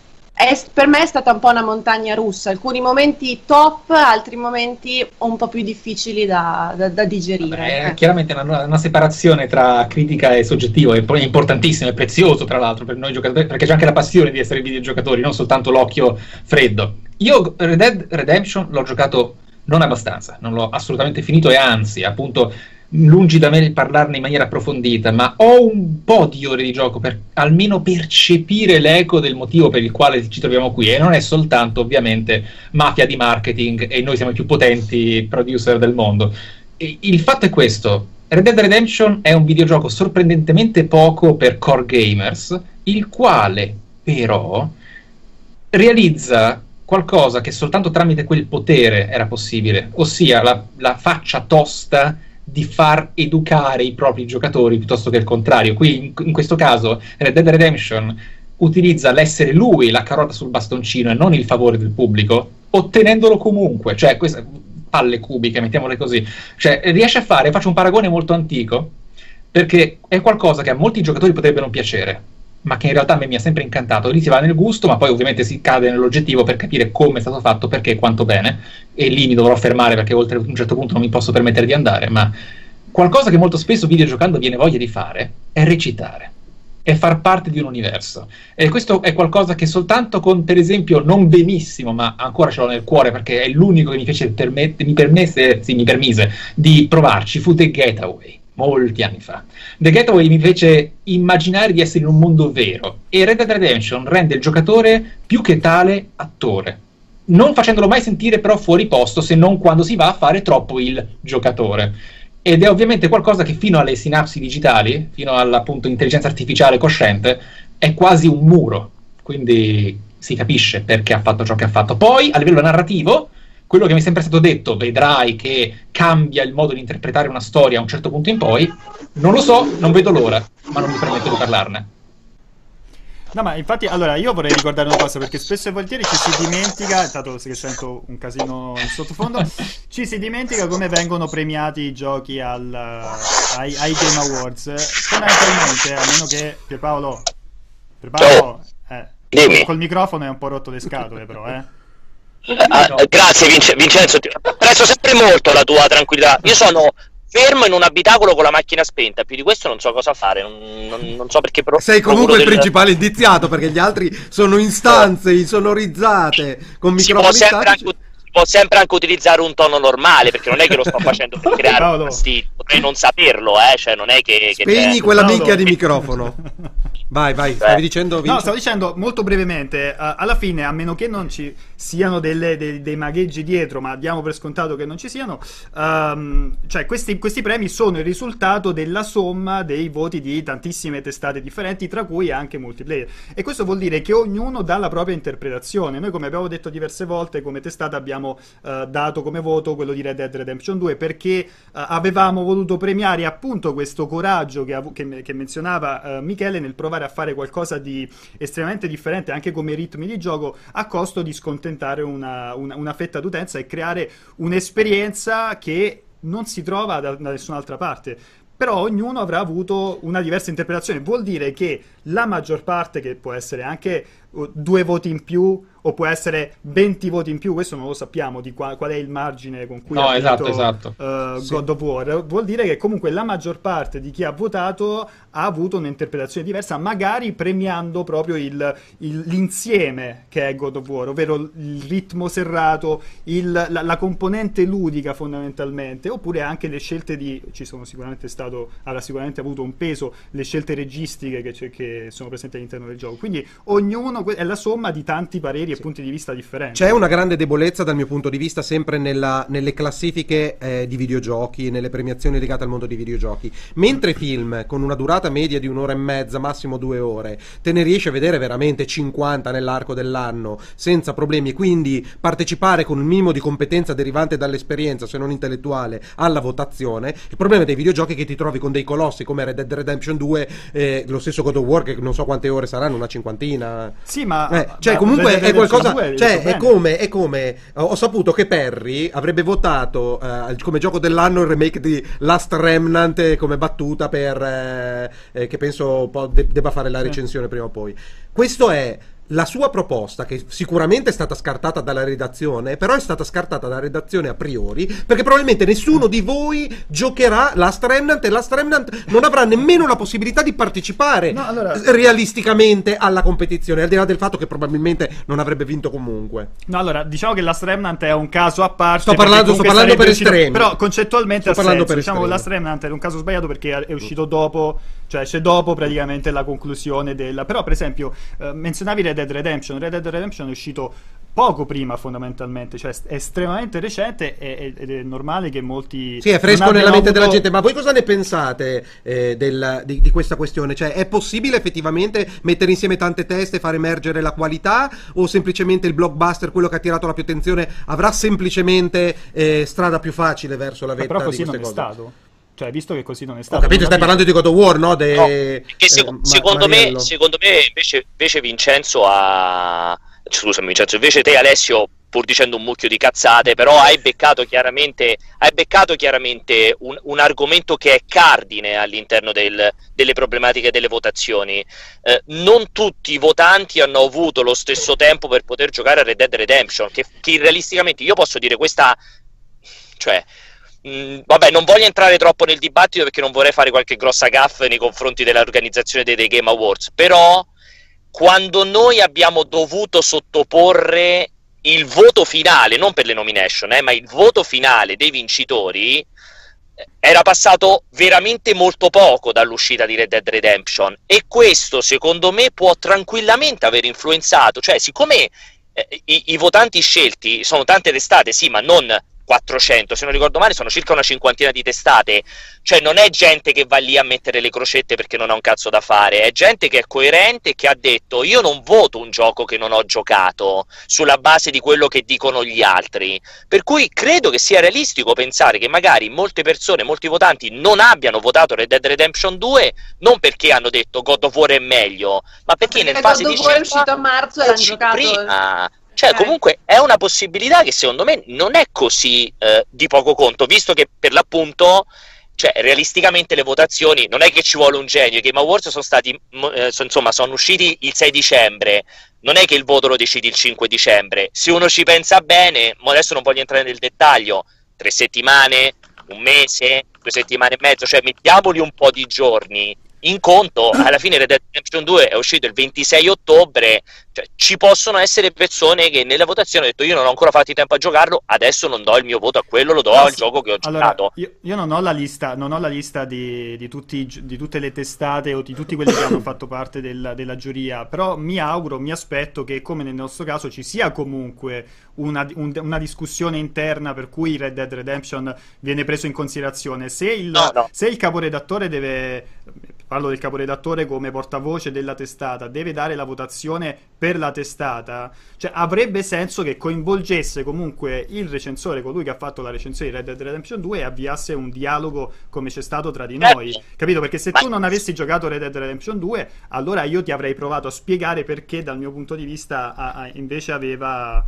per me è stata un po' una montagna russa, alcuni momenti top, altri momenti un po' più difficili da digerire. Vabbè, chiaramente una separazione tra critica e soggettivo è importantissimo, è prezioso tra l'altro per noi giocatori, perché c'è anche la passione di essere videogiocatori, non soltanto l'occhio freddo. Io Red Dead Redemption l'ho giocato non abbastanza, non l'ho assolutamente finito, e anzi, appunto, lungi da me parlarne in maniera approfondita, ma ho un po' di ore di gioco per almeno percepire l'eco del motivo per il quale ci troviamo qui, e non è soltanto ovviamente mafia di marketing e noi siamo i più potenti producer del mondo. E il fatto è questo: Red Dead Redemption è un videogioco sorprendentemente poco per core gamers, il quale però realizza qualcosa che soltanto tramite quel potere era possibile, ossia la faccia tosta di far educare i propri giocatori piuttosto che il contrario. Qui in questo caso Red Dead Redemption utilizza l'essere lui la carota sul bastoncino e non il favore del pubblico, ottenendolo comunque, cioè queste palle cubiche, mettiamole così, cioè riesce a fare, faccio un paragone molto antico, perché è qualcosa che a molti giocatori potrebbe non piacere, ma che in realtà a me mi ha sempre incantato. Lì si va nel gusto, ma poi ovviamente si cade nell'oggettivo per capire come è stato fatto, perché e quanto bene, e lì mi dovrò fermare perché oltre un certo punto non mi posso permettere di andare. Ma qualcosa che molto spesso videogiocando viene voglia di fare è recitare, è far parte di un universo, e questo è qualcosa che soltanto con, per esempio, non benissimo, ma ancora ce l'ho nel cuore perché è l'unico che mi permise di provarci, fu The Getaway, molti anni fa. The Getaway mi fece immaginare di essere in un mondo vero, e Red Dead Redemption rende il giocatore più che tale attore, non facendolo mai sentire però fuori posto, se non quando si va a fare troppo il giocatore. Ed è ovviamente qualcosa che fino alle sinapsi digitali, fino all'appunto intelligenza artificiale cosciente, è quasi un muro, quindi si capisce perché ha fatto ciò che ha fatto. Poi a livello narrativo, quello che mi è sempre stato detto, vedrai che cambia il modo di interpretare una storia a un certo punto in poi, non lo so, non vedo l'ora, ma non mi permetto di parlarne. No, ma infatti, allora, io vorrei ricordare una cosa, perché spesso e volentieri ci si dimentica, intanto che sento un casino in sottofondo, ci si dimentica come vengono premiati i giochi ai Game Awards. Fondamentalmente, a meno che Pierpaolo col microfono è un po' rotto le scatole, però, grazie Vincenzo, apprezzo sempre molto la tua tranquillità. Io sono fermo in un abitacolo con la macchina spenta, più di questo non so cosa fare, non so perché sei comunque il principale indiziato, perché gli altri sono in stanze insonorizzate con microfoni statici. Può sempre anche utilizzare un tono normale, perché non è che lo sto facendo per creare un fastidio, potrei non saperlo, cioè non è che spegni quella minchia di microfono. Vai, stavi dicendo, Vince? No, stavo dicendo molto brevemente, alla fine, a meno che non ci siano dei magheggi dietro, ma diamo per scontato che non ci siano, cioè questi premi sono il risultato della somma dei voti di tantissime testate differenti, tra cui anche multiplayer. E questo vuol dire che ognuno dà la propria interpretazione. Noi, come abbiamo detto diverse volte, come testata abbiamo dato come voto quello di Red Dead Redemption 2 perché avevamo voluto premiare appunto questo coraggio che menzionava Michele nel provare a fare qualcosa di estremamente differente anche come ritmi di gioco, a costo di scontentare una fetta d'utenza e creare un'esperienza che non si trova da nessun'altra parte. Però ognuno avrà avuto una diversa interpretazione. Vuol dire che la maggior parte, che può essere anche 2 voti in più o può essere 20 voti in più, questo non lo sappiamo di qual è il margine con cui ha vinto God of War, vuol dire che comunque la maggior parte di chi ha votato ha avuto un'interpretazione diversa, magari premiando proprio l'insieme che è God of War, ovvero il ritmo serrato, la componente ludica fondamentalmente, oppure anche le scelte avrà sicuramente avuto un peso le scelte registiche che sono presenti all'interno del gioco. Quindi ognuno è la somma di tanti pareri e punti di vista differenti. C'è una grande debolezza dal mio punto di vista sempre nelle classifiche di videogiochi, nelle premiazioni legate al mondo dei videogiochi. Mentre film con una durata media di 1 ora e mezza, massimo 2 ore, te ne riesci a vedere veramente 50 nell'arco dell'anno senza problemi, e quindi partecipare con un minimo di competenza derivante dall'esperienza, se non intellettuale, alla votazione. Il problema dei videogiochi è che ti trovi con dei colossi come Red Dead Redemption 2, lo stesso God of War, che non so quante ore saranno, una cinquantina. Sì, ma cioè comunque è qualcosa, cioè è come ho saputo che Perry avrebbe votato come gioco dell'anno il remake di Last Remnant come battuta per che penso debba fare la recensione prima o poi. Questo è la sua proposta, che sicuramente è stata scartata dalla redazione, però è stata scartata dalla redazione a priori, perché probabilmente nessuno di voi giocherà Last Remnant, e Last Remnant non avrà nemmeno la possibilità di partecipare realisticamente alla competizione, al di là del fatto che probabilmente non avrebbe vinto comunque. No, allora, diciamo che Last Remnant è un caso a parte. Sto parlando per estremi. Però concettualmente diciamo che Last Remnant è un caso sbagliato perché è uscito dopo, cioè c'è dopo praticamente la conclusione però per esempio menzionavi Red Dead Redemption è uscito poco prima fondamentalmente, cioè è estremamente recente ed è normale che molti è fresco nella mente della gente. Ma voi cosa ne pensate di questa questione? Cioè è possibile effettivamente mettere insieme tante teste e far emergere la qualità, o semplicemente il blockbuster, quello che ha attirato la più attenzione, avrà semplicemente strada più facile verso la vetta? Però così di non è cose? Stato. Cioè, visto che così non è stato. Ho capito, stai parlando di God of War, no? Secondo me invece Vincenzo invece te, Alessio, pur dicendo un mucchio di cazzate, però hai beccato chiaramente un argomento che è cardine all'interno delle problematiche delle votazioni. Non tutti i votanti hanno avuto lo stesso tempo per poter giocare a Red Dead Redemption, che realisticamente io posso dire questa, cioè vabbè, non voglio entrare troppo nel dibattito perché non vorrei fare qualche grossa gaffe nei confronti dell'organizzazione dei Game Awards, però quando noi abbiamo dovuto sottoporre il voto finale, non per le nomination, ma il voto finale dei vincitori, era passato veramente molto poco dall'uscita di Red Dead Redemption, e questo secondo me può tranquillamente aver influenzato, cioè siccome i votanti scelti sono tante testate, sì, ma non 400, se non ricordo male sono circa una cinquantina di testate, cioè non è gente che va lì a mettere le crocette perché non ha un cazzo da fare, è gente che è coerente e che ha detto io non voto un gioco che non ho giocato sulla base di quello che dicono gli altri, per cui credo che sia realistico pensare che magari molte persone, molti votanti non abbiano votato Red Dead Redemption 2 non perché hanno detto God of War è meglio, ma perché nel fase di scelta God of War è uscito a marzo e l'hanno giocato prima. Cioè comunque è una possibilità che secondo me non è così di poco conto, visto che per l'appunto, cioè realisticamente le votazioni non è che ci vuole un genio, i Game Awards sono stati sono usciti il 6 dicembre, non è che il voto lo decidi il 5 dicembre, se uno ci pensa bene, ma adesso non voglio entrare nel dettaglio, 3 settimane, un mese, 2 settimane e mezzo, cioè mettiamoli un po' di giorni, in conto, alla fine Red Dead Redemption 2 è uscito il 26 ottobre, cioè, ci possono essere persone che nella votazione hanno detto io non ho ancora fatto tempo a giocarlo, adesso non do il mio voto a quello, lo do al gioco che ho giocato. Io non ho la lista di tutte le testate o di tutti quelli che hanno fatto parte della giuria, però mi aspetto che come nel nostro caso ci sia comunque una discussione interna per cui Red Dead Redemption viene preso in considerazione. Se il caporedattore parlo del caporedattore come portavoce della testata, deve dare la votazione per la testata, cioè avrebbe senso che coinvolgesse comunque il recensore, colui che ha fatto la recensione di Red Dead Redemption 2, e avviasse un dialogo come c'è stato tra di noi, capito? Perché se tu non avessi giocato Red Dead Redemption 2, allora io ti avrei provato a spiegare perché dal mio punto di vista invece aveva...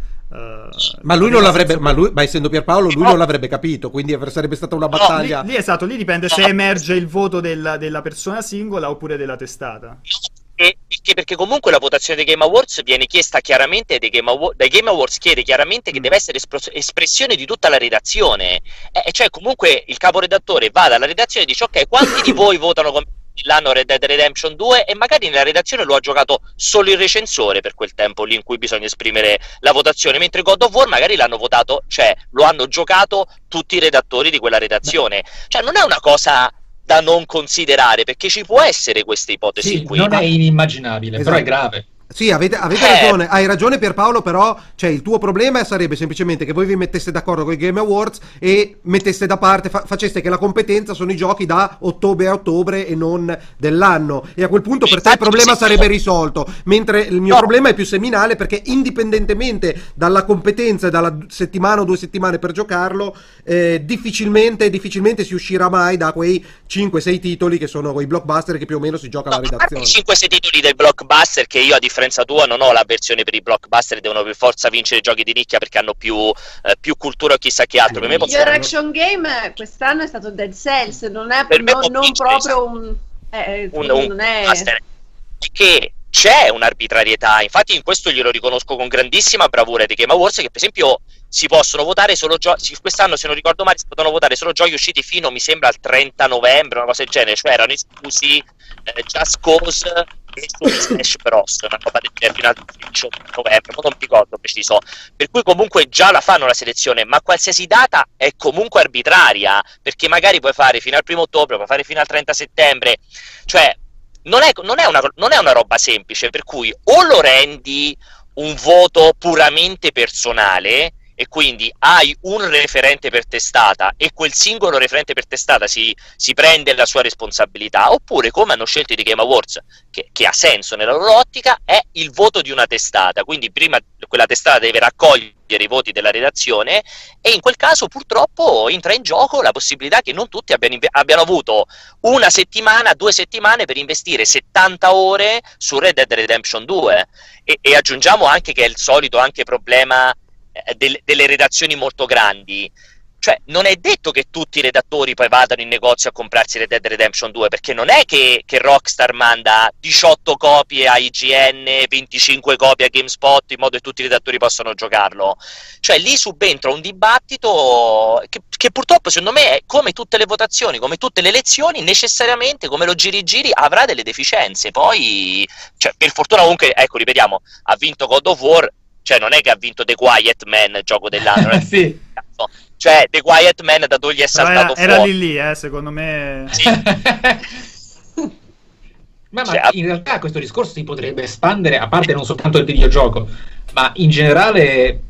ma lui non l'avrebbe, ma essendo Pierpaolo lui non l'avrebbe capito, quindi sarebbe stata una battaglia. Lì esatto, lì dipende se emerge il voto della persona singola oppure della testata. Perché comunque la votazione dei Game Awards viene chiesta chiaramente dai Game Awards chiede chiaramente che deve essere espressione di tutta la redazione, cioè comunque il caporedattore va dalla redazione e dice ok, quanti di voi votano come l'anno Red Dead Redemption 2, e magari nella redazione lo ha giocato solo il recensore per quel tempo lì in cui bisogna esprimere la votazione, mentre God of War magari l'hanno votato, cioè lo hanno giocato tutti i redattori di quella redazione. Cioè non è una cosa da non considerare, perché ci può essere questa ipotesi sì, qui. Non è inimmaginabile, esatto. Però è grave. Sì, avete ragione, hai ragione Pierpaolo, però cioè, il tuo problema sarebbe semplicemente che voi vi metteste d'accordo con i Game Awards e metteste da parte, faceste che la competenza sono i giochi da ottobre a ottobre e non dell'anno, e a quel punto per te il problema sarebbe risolto, mentre il mio problema è più seminale, perché indipendentemente dalla competenza e dalla settimana o 2 settimane per giocarlo, difficilmente si uscirà mai da quei 5-6 titoli che sono quei blockbuster che più o meno si gioca alla redazione. 5-6 titoli del blockbuster, che io a differenza tua non ho la versione per i blockbuster, devono per forza vincere giochi di nicchia perché hanno più cultura o chissà che altro. Per me miglior action game quest'anno è stato Dead Cells, non è non proprio un non è master, che c'è un'arbitrarietà, infatti in questo glielo riconosco con grandissima bravura dei Game Awards, che per esempio si possono votare solo giochi, quest'anno se non ricordo male si potevano votare solo giochi usciti fino mi sembra al 30 novembre, una cosa del genere, cioè erano esclusi Just Cause e Smash Bros, una roba del genere fino al 18 novembre, non mi ricordo preciso, per cui comunque già la fanno la selezione, ma qualsiasi data è comunque arbitraria, perché magari puoi fare fino al 1 ottobre, puoi fare fino al 30 settembre, cioè non è una roba semplice, per cui o lo rendi un voto puramente personale e quindi hai un referente per testata e quel singolo referente per testata si prende la sua responsabilità, oppure come hanno scelto i Game Awards, che ha senso nella loro ottica, è il voto di una testata, quindi prima quella testata deve raccogliere i voti della redazione, e in quel caso purtroppo entra in gioco la possibilità che non tutti abbiano avuto 1 settimana, 2 settimane per investire 70 ore su Red Dead Redemption 2, e aggiungiamo anche che è il solito anche problema delle redazioni molto grandi, cioè non è detto che tutti i redattori poi vadano in negozio a comprarsi Red Dead Redemption 2, perché non è che Rockstar manda 18 copie a IGN, 25 copie a GameSpot in modo che tutti i redattori possano giocarlo, cioè lì subentra un dibattito che purtroppo secondo me è come tutte le votazioni, come tutte le elezioni, necessariamente come lo giri avrà delle deficienze, poi cioè, per fortuna comunque, ecco, ripetiamo, ha vinto God of War, cioè non è che ha vinto The Quiet Man, gioco dell'anno, sì. Cioè The Quiet Man da dove gli è saltato fuori. Era lì, secondo me. Sì. ma in realtà questo discorso si potrebbe espandere, a parte non soltanto il videogioco, ma in generale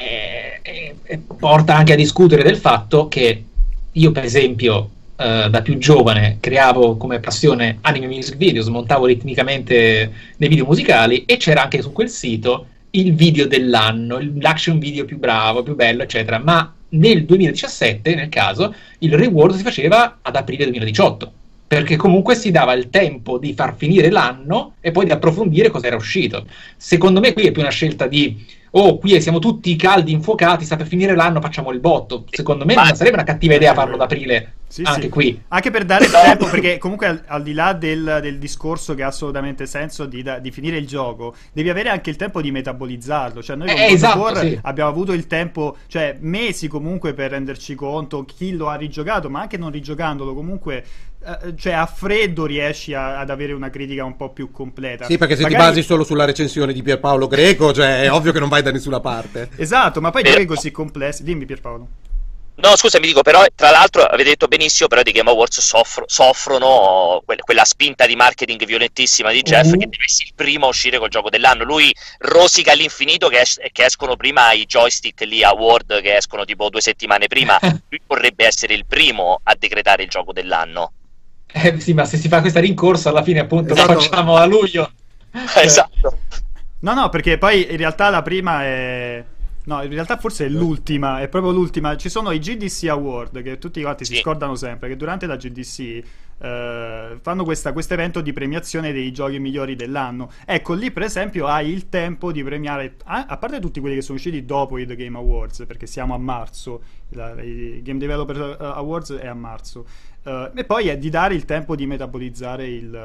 porta anche a discutere del fatto che io per esempio da più giovane creavo come passione anime music video, smontavo ritmicamente dei video musicali, e c'era anche su quel sito il video dell'anno, l'action video più bravo, più bello, eccetera, ma nel 2017, nel caso, il reward si faceva ad aprile 2018, perché comunque si dava il tempo di far finire l'anno e poi di approfondire cosa era uscito. Secondo me qui è più una scelta di qui siamo tutti caldi, infuocati, sta per finire l'anno, facciamo il botto. Secondo me non sarebbe una cattiva idea farlo ad aprile. Sì, anche qui, anche per dare il tempo, perché comunque al di là del discorso che ha assolutamente senso di finire il gioco, devi avere anche il tempo di metabolizzarlo, cioè noi con God of War abbiamo avuto il tempo, cioè mesi comunque, per renderci conto chi lo ha rigiocato, ma anche non rigiocandolo comunque cioè a freddo riesci ad avere una critica un po' più completa. Sì, perché se magari... ti basi solo sulla recensione di Pierpaolo Greco, cioè è ovvio che non vai da nessuna parte. Esatto, ma poi giochi così complessi. Dimmi Pierpaolo. No, scusa, mi dico, però, tra l'altro, avete detto benissimo, però di Game Awards soffrono quella spinta di marketing violentissima di Jeff, che deve essere il primo a uscire col gioco dell'anno. Lui rosica all'infinito che escono prima i joystick lì award, che escono tipo 2 settimane prima. Lui vorrebbe essere il primo a decretare il gioco dell'anno. Sì, ma se si fa questa rincorsa, alla fine appunto esatto. lo facciamo a luglio. Esatto. No, perché poi in realtà la prima è... No, in realtà forse è l'ultima, è proprio l'ultima. Ci sono i GDC Award, che tutti quanti si scordano sempre, che durante la GDC fanno questo evento di premiazione dei giochi migliori dell'anno. Ecco, lì per esempio hai il tempo di premiare, a parte tutti quelli che sono usciti dopo i The Game Awards, perché siamo a marzo, i Game Developer Awards è a marzo. E poi è di dare il tempo di metabolizzare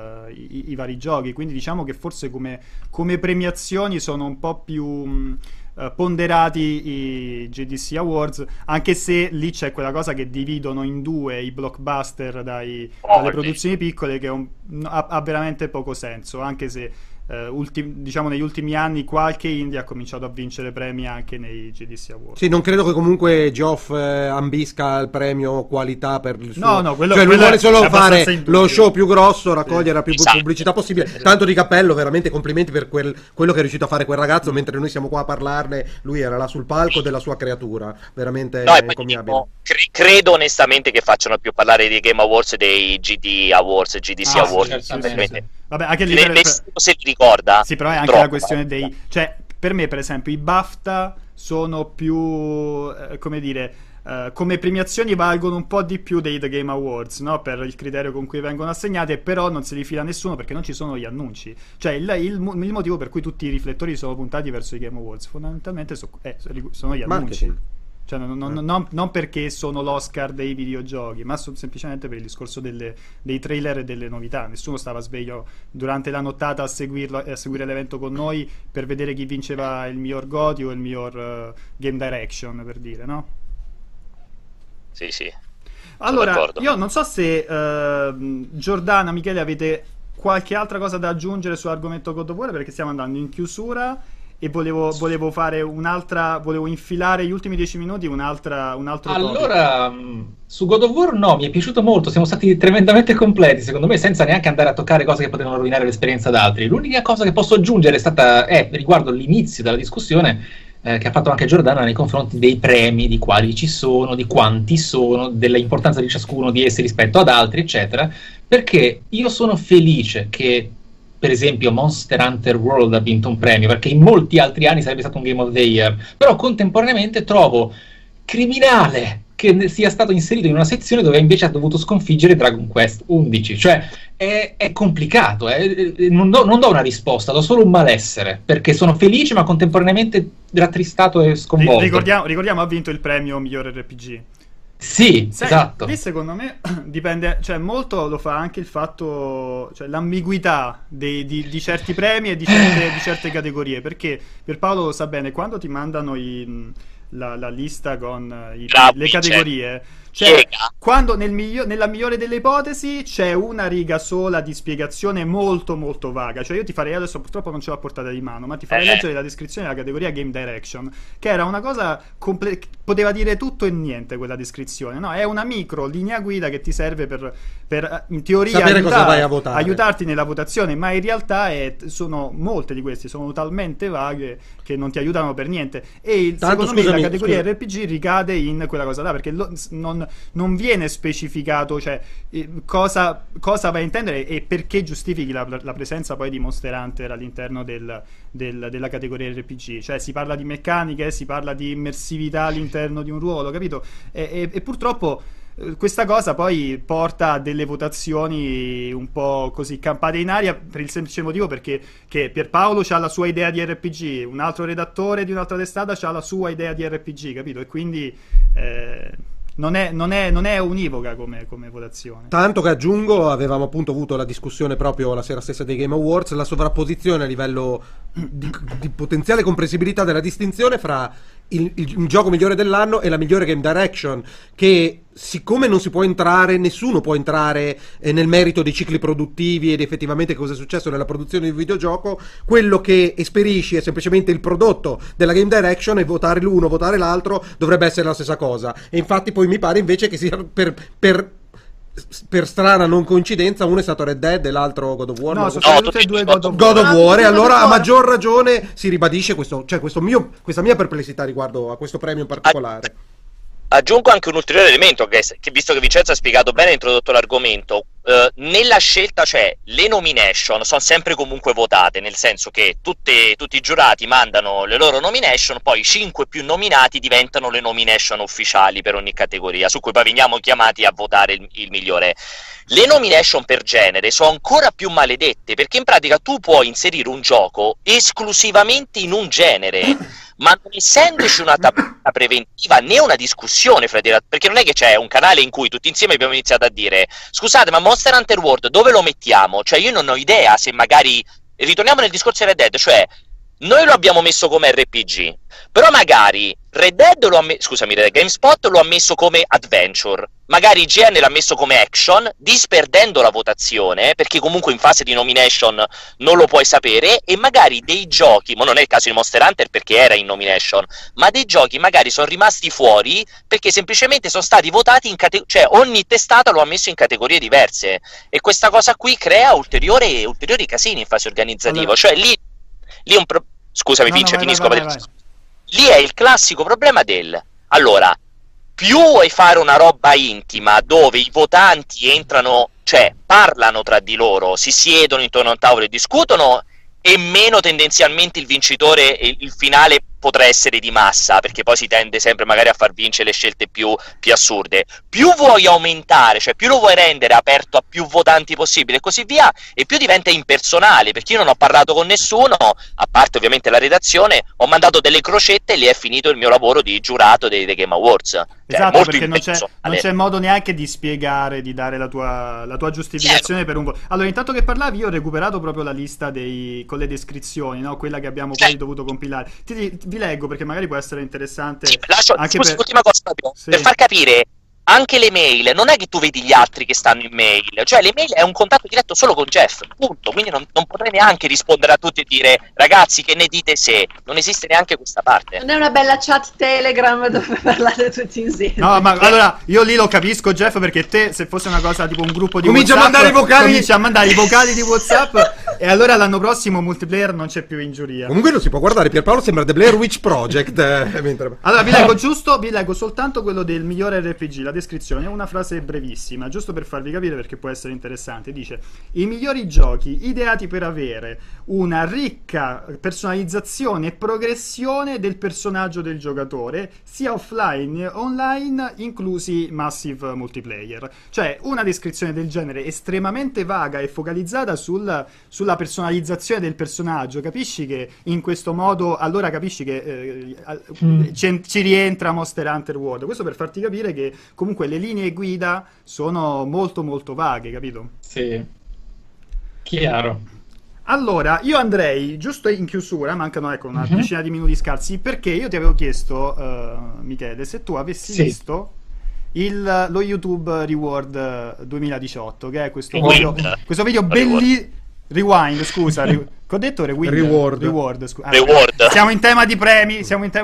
i vari giochi. Quindi diciamo che forse come premiazioni sono un po' più... ponderati i GDC Awards, anche se lì c'è quella cosa che dividono in due i blockbuster dalle produzioni piccole, che ha veramente poco senso, anche se diciamo negli ultimi anni qualche indie ha cominciato a vincere premi anche nei GDC Awards. Sì, non credo che comunque Geoff ambisca il premio qualità per il suo... No, quello, cioè lui vuole solo fare lo show più grosso, raccogliere la più pubblicità possibile. Tanto di cappello, veramente complimenti per quello che è riuscito a fare quel ragazzo, mentre noi siamo qua a parlarne, lui era là sul palco della sua creatura, veramente encomiabile. Credo onestamente che facciano più parlare dei Game Awards dei GD Awards, GDC Awards. Vabbè, anche lì nessuno se li ricorda. Sì, però è anche la questione dei... Cioè, per me, per esempio, i BAFTA sono più... come dire... come premiazioni valgono un po' di più dei The Game Awards, no? Per il criterio con cui vengono assegnate, però non se li fila nessuno perché non ci sono gli annunci. Cioè il motivo per cui tutti i riflettori sono puntati verso i Game Awards fondamentalmente sono gli annunci. Cioè non perché sono l'Oscar dei videogiochi, ma semplicemente per il discorso dei trailer e delle novità. Nessuno stava sveglio durante la nottata a seguire l'evento con noi per vedere chi vinceva il miglior GOTY o il miglior Game Direction, per dire, no? Sì. Allora, io non so se Giordana, Michele, avete qualche altra cosa da aggiungere sull'argomento God of War, perché stiamo andando in chiusura e volevo fare volevo infilare gli ultimi 10 minuti un altro allora topic. Su God of War no, mi è piaciuto molto, siamo stati tremendamente completi secondo me, senza neanche andare a toccare cose che potevano rovinare l'esperienza ad altri. L'unica cosa che posso aggiungere è stata riguardo l'inizio della discussione che ha fatto anche Giordana nei confronti dei premi, di quali ci sono, di quanti sono, dell'importanza di ciascuno di essi rispetto ad altri, eccetera, perché io sono felice che per esempio Monster Hunter World ha vinto un premio, perché in molti altri anni sarebbe stato un Game of the Year, però contemporaneamente trovo criminale che sia stato inserito in una sezione dove invece ha dovuto sconfiggere Dragon Quest 11, cioè è complicato, non do una risposta, do solo un malessere, perché sono felice ma contemporaneamente rattristato e sconvolto. Ricordiamo ha vinto il premio miglior RPG. Sì, esatto. Lì secondo me dipende, cioè molto lo fa anche il fatto, cioè l'ambiguità di certi premi e di certe categorie, perché Pierpaolo lo sa bene, quando ti mandano la lista con le categorie, cioè quando nella migliore delle ipotesi c'è una riga sola di spiegazione molto molto vaga, cioè io ti farei, adesso purtroppo non ce l'ho a portata di mano, ma ti farei leggere la descrizione della categoria Game Direction, che era una cosa poteva dire tutto e niente quella descrizione, no? È una micro linea guida che ti serve per in teoria aiutarti nella votazione, ma in realtà sono molte di queste sono talmente vaghe che non ti aiutano per niente, e secondo me la categoria RPG ricade in quella cosa là, perché non viene specificato, cioè cosa vai a intendere e perché giustifichi la presenza poi di Monster Hunter all'interno della categoria RPG. Cioè si parla di meccaniche, si parla di immersività all'interno di un ruolo, capito? E purtroppo questa cosa poi porta a delle votazioni un po' così campate in aria, per il semplice motivo che Pierpaolo ha la sua idea di RPG, un altro redattore di un'altra testata ha la sua idea di RPG, capito? E quindi non è univoca come votazione. Tanto che aggiungo, avevamo appunto avuto la discussione proprio la sera stessa dei Game Awards, la sovrapposizione a livello di potenziale comprensibilità della distinzione fra il gioco migliore dell'anno e la migliore Game Direction, che siccome non si può entrare, nessuno può entrare nel merito dei cicli produttivi ed effettivamente cosa è successo nella produzione di un videogioco, quello che esperisci è semplicemente il prodotto della game direction, e votare l'uno, votare l'altro dovrebbe essere la stessa cosa. E infatti poi mi pare invece che sia per strana non coincidenza uno è stato Red Dead e l'altro God of War. No, sono tutti e due God of War. E allora a maggior ragione si ribadisce questa mia perplessità riguardo a questo premio in particolare. Aggiungo anche un ulteriore elemento che visto che Vincenzo ha spiegato bene e ha introdotto l'argomento, nella scelta, cioè le nomination sono sempre comunque votate, nel senso che tutti i giurati mandano le loro nomination, poi i 5 più nominati diventano le nomination ufficiali per ogni categoria, su cui poi veniamo chiamati a votare il migliore. Le nomination per genere sono ancora più maledette, perché in pratica tu puoi inserire un gioco esclusivamente in un genere, ma non essendoci una tabella preventiva né una discussione fra di loro, perché non è che c'è un canale in cui tutti insieme abbiamo iniziato a dire scusate, ma Monster Hunter World dove lo mettiamo? Cioè io non ho idea se magari, ritorniamo nel discorso di Red Dead, cioè noi lo abbiamo messo come RPG, però magari GameSpot lo ha messo come adventure, magari IGN l'ha messo come action, disperdendo la votazione, perché comunque in fase di nomination non lo puoi sapere, e magari dei giochi, ma non è il caso di Monster Hunter perché era in nomination, ma dei giochi magari sono rimasti fuori perché semplicemente sono stati votati in cioè ogni testata lo ha messo in categorie diverse, e questa cosa qui crea ulteriori casini in fase organizzativa. Allora, cioè lì è un scusami, Vince, finisco. Vai. Lì è il classico problema allora, più vuoi fare una roba intima dove i votanti entrano, cioè parlano tra di loro, si siedono intorno a un tavolo e discutono, e meno tendenzialmente il vincitore e il finale potrà essere di massa, perché poi si tende sempre magari a far vincere le scelte più assurde. Più vuoi aumentare, cioè più lo vuoi rendere aperto a più votanti possibile e così via, e più diventa impersonale, perché io non ho parlato con nessuno, a parte ovviamente la redazione, ho mandato delle crocette e lì è finito il mio lavoro di giurato dei Game Awards. Esatto, perché non c'è modo neanche di spiegare, di dare la tua giustificazione per un voto. Allora, intanto che parlavi, io ho recuperato proprio la lista con le descrizioni, no? Quella che abbiamo poi dovuto compilare. Vi leggo perché magari può essere interessante. Ultima cosa, per far capire. Anche le mail, non è che tu vedi gli altri che stanno in mail, cioè le mail è un contatto diretto solo con Jeff, punto, quindi non potrei neanche rispondere a tutti e dire ragazzi che ne dite se, non esiste neanche questa parte. Non è una bella chat Telegram dove parlate tutti insieme. No, ma allora io lì lo capisco, Jeff, perché te se fosse una cosa tipo un gruppo di WhatsApp, cominci a mandare i vocali di WhatsApp e allora l'anno prossimo multiplayer non c'è più in giuria. Comunque lo si può guardare, Pierpaolo sembra The Blair Witch Project mentre... Allora vi leggo soltanto quello del migliore RPG, la descrizione è una frase brevissima, giusto per farvi capire perché può essere interessante. Dice: i migliori giochi ideati per avere una ricca personalizzazione e progressione del personaggio del giocatore, sia offline che online, inclusi massive multiplayer. Cioè una descrizione del genere estremamente vaga e focalizzata sulla personalizzazione del personaggio. Capisci che in questo modo allora capisci che ci rientra Monster Hunter World. Questo per farti capire che comunque le linee guida sono molto molto vaghe, capito? Sì, chiaro. Allora, io andrei, giusto in chiusura, mancano una decina di minuti scarsi, perché io ti avevo chiesto, Michele, se tu avessi visto lo YouTube Reward 2018, che è questo video bellissimo. Rewind, scusa, che ho detto Reward, scusa. Reward. Siamo in tema di premi.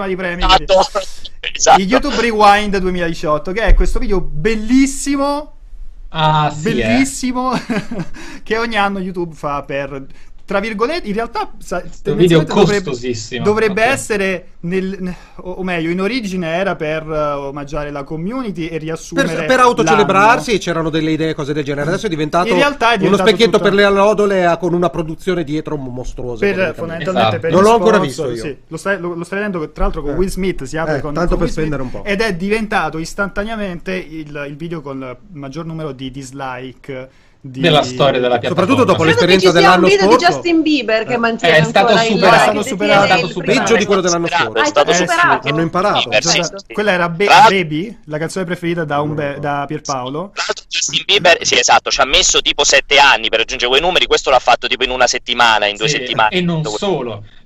Esatto. Il YouTube Rewind 2018, che è questo video bellissimo. Bellissimo che ogni anno YouTube fa per, tra virgolette, in realtà un video costosissimo, dovrebbe essere o meglio, in origine era per omaggiare la community e riassumere per autocelebrarsi, e c'erano delle idee, cose del genere. Adesso è diventato uno specchietto per le allodole con una produzione dietro mostruosa. Fondamentalmente per non l'ho ancora visto io. Sì, lo stai vedendo tra l'altro con Will Smith, si apre con tanto con per spendere un po'. Ed è diventato istantaneamente il video con il maggior numero di dislike della storia della piattaforma, soprattutto dopo l'esperienza dell'anno scorso. C'è un video di Justin Bieber che mantiene è stato superato peggio di quello dell'anno scorso. È stato superato. Hanno imparato. Quella era Baby, la canzone preferita da Pierpaolo. Justin Bieber, sì, esatto, ci ha messo tipo 7 anni per raggiungere quei numeri. Questo l'ha fatto tipo in una settimana, in 2 settimane. E non solo,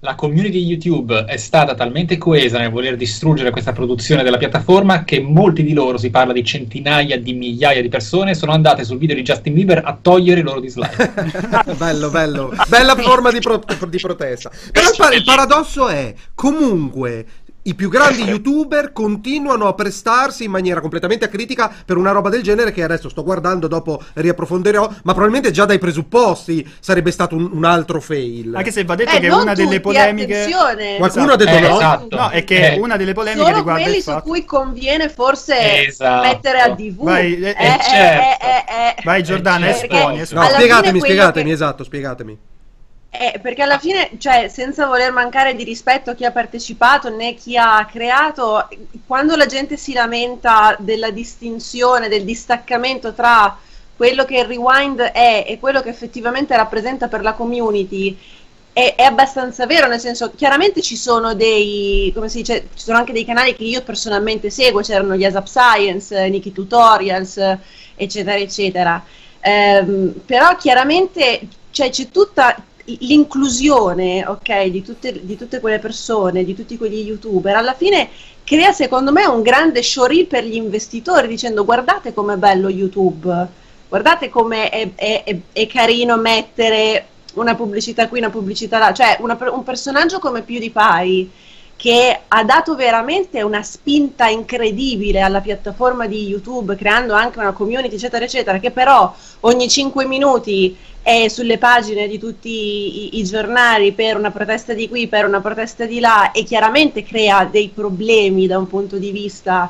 la community YouTube è stata talmente coesa nel voler distruggere questa produzione della piattaforma che molti di loro, si parla di centinaia di migliaia di persone, sono andate sul video di Justin Bieber a togliere i loro dislike. Bello, bella forma di protesta. Però il paradosso è, comunque, i più grandi youtuber continuano a prestarsi in maniera completamente acritica per una roba del genere che adesso sto guardando, dopo riapprofondirò, ma probabilmente già dai presupposti sarebbe stato un altro fail. Anche se va detto che una delle polemiche... Attenzione. Qualcuno ha detto no? Esatto. No, è che una delle polemiche solo riguarda quelli il fatto... su cui conviene forse Esatto. mettere a DV. Vai, certo. Vai Giordana, Perché- esponi. No, alla spiegatemi, fine quello che- esatto, spiegatemi. Perché alla fine, cioè, senza voler mancare di rispetto a chi ha partecipato né chi ha creato, quando la gente si lamenta della distinzione, del distaccamento tra quello che il rewind è e quello che effettivamente rappresenta per la community, è abbastanza vero, nel senso, chiaramente ci sono dei, come si dice, ci sono anche dei canali che io personalmente seguo, c'erano gli ASAP Science, Nikki Tutorials, eccetera, eccetera. Però chiaramente, cioè, c'è tutta l'inclusione, ok, di tutte quelle persone, di tutti quegli youtuber, alla fine crea secondo me un grande showreel per gli investitori, dicendo: guardate com'è bello YouTube, guardate come è carino mettere una pubblicità qui, una pubblicità là, cioè un personaggio come PewDiePie che ha dato veramente una spinta incredibile alla piattaforma di YouTube, creando anche una community, eccetera, eccetera, che però ogni 5 minuti è sulle pagine di tutti i giornali per una protesta di qui, per una protesta di là, e chiaramente crea dei problemi da un punto di vista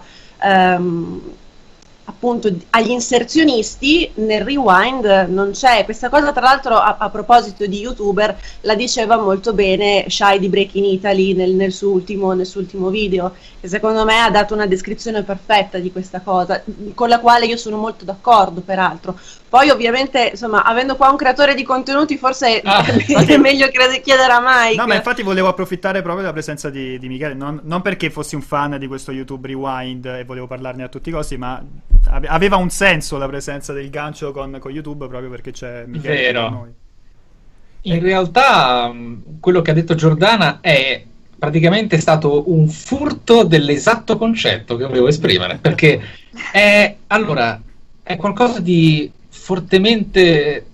appunto agli inserzionisti. Nel rewind non c'è questa cosa. Tra l'altro, a proposito di youtuber, la diceva molto bene Shai di Breaking Italy nel suo ultimo video, che secondo me ha dato una descrizione perfetta di questa cosa, con la quale io sono molto d'accordo, peraltro. Poi ovviamente, insomma, avendo qua un creatore di contenuti, forse è meglio chiedere a Mike. No, ma infatti volevo approfittare proprio della presenza di Michele, non perché fossi un fan di questo YouTube Rewind e volevo parlarne a tutti i costi, ma aveva un senso la presenza del gancio con YouTube, proprio perché c'è Michele. Vero. Con noi. In realtà quello che ha detto Giordana è praticamente stato un furto dell'esatto concetto che volevo esprimere, perché è qualcosa di fortemente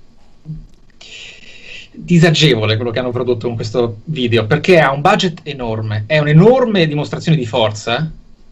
disagevole quello che hanno prodotto con questo video, perché ha un budget enorme, è un'enorme dimostrazione di forza,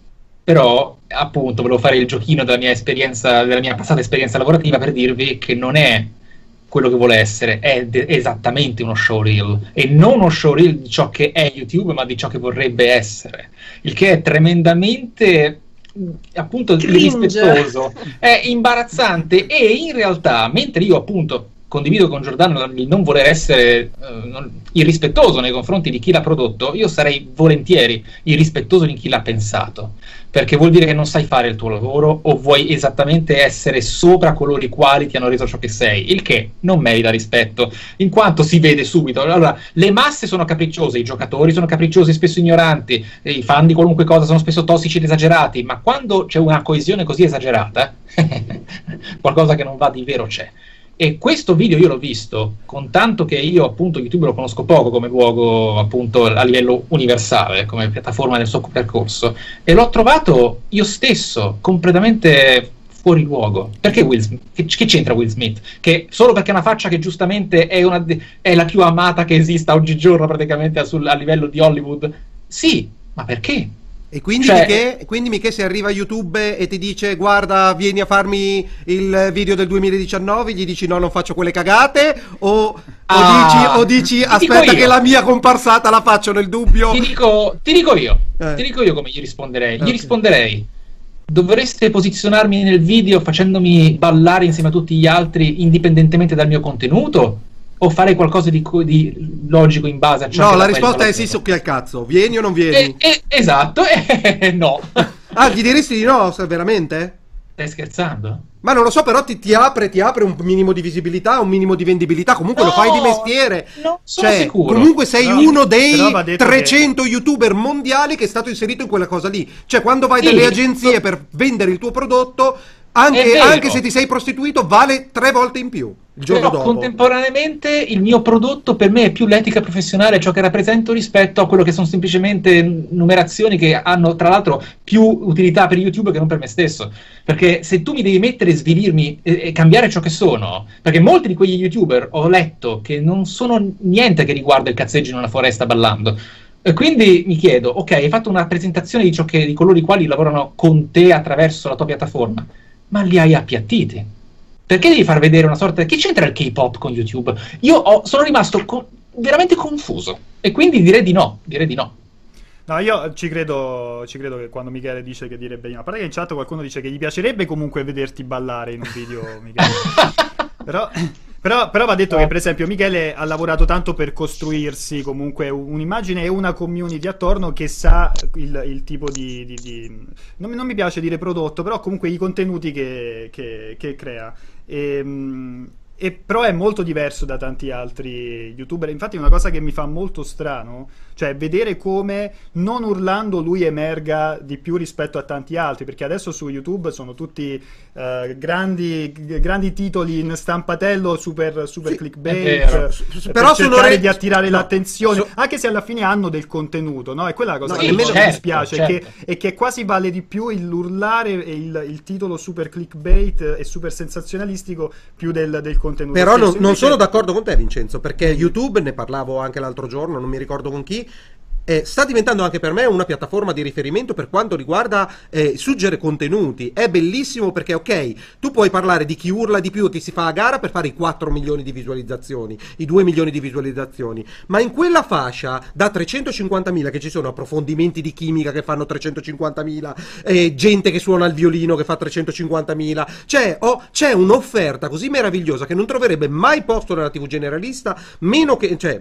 però appunto volevo fare il giochino della mia esperienza, della mia passata esperienza lavorativa, per dirvi che non è quello che vuole essere, è esattamente uno showreel, e non uno showreel di ciò che è YouTube, ma di ciò che vorrebbe essere, il che è tremendamente appunto irrispettoso, è imbarazzante. E in realtà, mentre io appunto condivido con Giordano il non voler essere irrispettoso nei confronti di chi l'ha prodotto, io sarei volentieri irrispettoso di chi l'ha pensato, perché vuol dire che non sai fare il tuo lavoro o vuoi esattamente essere sopra coloro i quali ti hanno reso ciò che sei, il che non merita rispetto, in quanto si vede subito. Allora, le masse sono capricciose, i giocatori sono capricciosi e spesso ignoranti, i fan di qualunque cosa sono spesso tossici ed esagerati, ma quando c'è una coesione così esagerata qualcosa che non va di vero c'è. E questo video io l'ho visto, con tanto che io appunto YouTube lo conosco poco come luogo appunto a livello universale, come piattaforma nel suo percorso, e l'ho trovato io stesso completamente fuori luogo. Perché Will Smith? Che c'entra Will Smith? Che solo perché è una faccia che giustamente è la più amata che esista oggigiorno praticamente a livello di Hollywood? Sì, ma perché? E quindi, quindi Michele, se arriva a YouTube e ti dice: guarda, vieni a farmi il video del 2019, gli dici: no, non faccio quelle cagate, o dici aspetta che la mia comparsata la faccio nel dubbio? Ti dico io come gli risponderei. Okay. Gli risponderei: dovreste posizionarmi nel video facendomi ballare insieme a tutti gli altri indipendentemente dal mio contenuto, o fare qualcosa di logico in base a ciò che... No, la risposta è sì, succhi al cazzo. Vieni o non vieni? Esatto, no. Ah, gli diresti di no, veramente? Stai scherzando? Ma non lo so, però ti apre un minimo di visibilità, un minimo di vendibilità. Comunque lo fai di mestiere. Non sono sicuro. Comunque sei uno dei 300 youtuber mondiali che è stato inserito in quella cosa lì. Cioè, quando vai dalle agenzie per vendere il tuo prodotto, anche se ti sei prostituito, vale 3 volte in più il giorno Però dopo. contemporaneamente il mio prodotto per me è più l'etica professionale, ciò che rappresento, rispetto a quello che sono semplicemente numerazioni che hanno tra l'altro più utilità per YouTube che non per me stesso. Perché se tu mi devi mettere e svilirmi e cambiare ciò che sono, perché molti di quegli YouTuber ho letto che non sono niente che riguarda il cazzeggio in una foresta ballando. E quindi mi chiedo, ok, hai fatto una presentazione di coloro i quali lavorano con te attraverso la tua piattaforma, ma li hai appiattiti. Perché devi far vedere una sorta... Che c'entra il K-pop con YouTube? Sono rimasto veramente confuso. E quindi direi di no. No, io ci credo che quando Michele dice che direbbe di no. A parte che in chat qualcuno dice che gli piacerebbe comunque vederti ballare in un video, Michele. Però va detto che per esempio Michele ha lavorato tanto per costruirsi comunque un'immagine e una community attorno che sa il tipo di non mi piace dire prodotto, però comunque i contenuti che crea. E però è molto diverso da tanti altri YouTuber. Infatti è una cosa che mi fa molto strano, cioè vedere come non urlando lui emerga di più rispetto a tanti altri, perché adesso su YouTube sono tutti grandi titoli in stampatello, super sì, clickbait, però per cercare di attirare l'attenzione, anche se alla fine hanno del contenuto, no? È quella cosa che meno mi dispiace, certo. Che quasi vale di più l'urlare e il titolo super clickbait e super sensazionalistico più del contenuto. Però non sono d'accordo con te, Vincenzo, perché YouTube, ne parlavo anche l'altro giorno, non mi ricordo con chi, sta diventando anche per me una piattaforma di riferimento per quanto riguarda suggere contenuti. È bellissimo perché, ok, tu puoi parlare di chi urla di più, ti si fa a gara per fare i 4 milioni di visualizzazioni, i 2 milioni di visualizzazioni, ma in quella fascia da 350.000 che ci sono approfondimenti di chimica che fanno 350.000, gente che suona il violino che fa 350.000, c'è un'offerta così meravigliosa che non troverebbe mai posto nella TV generalista, meno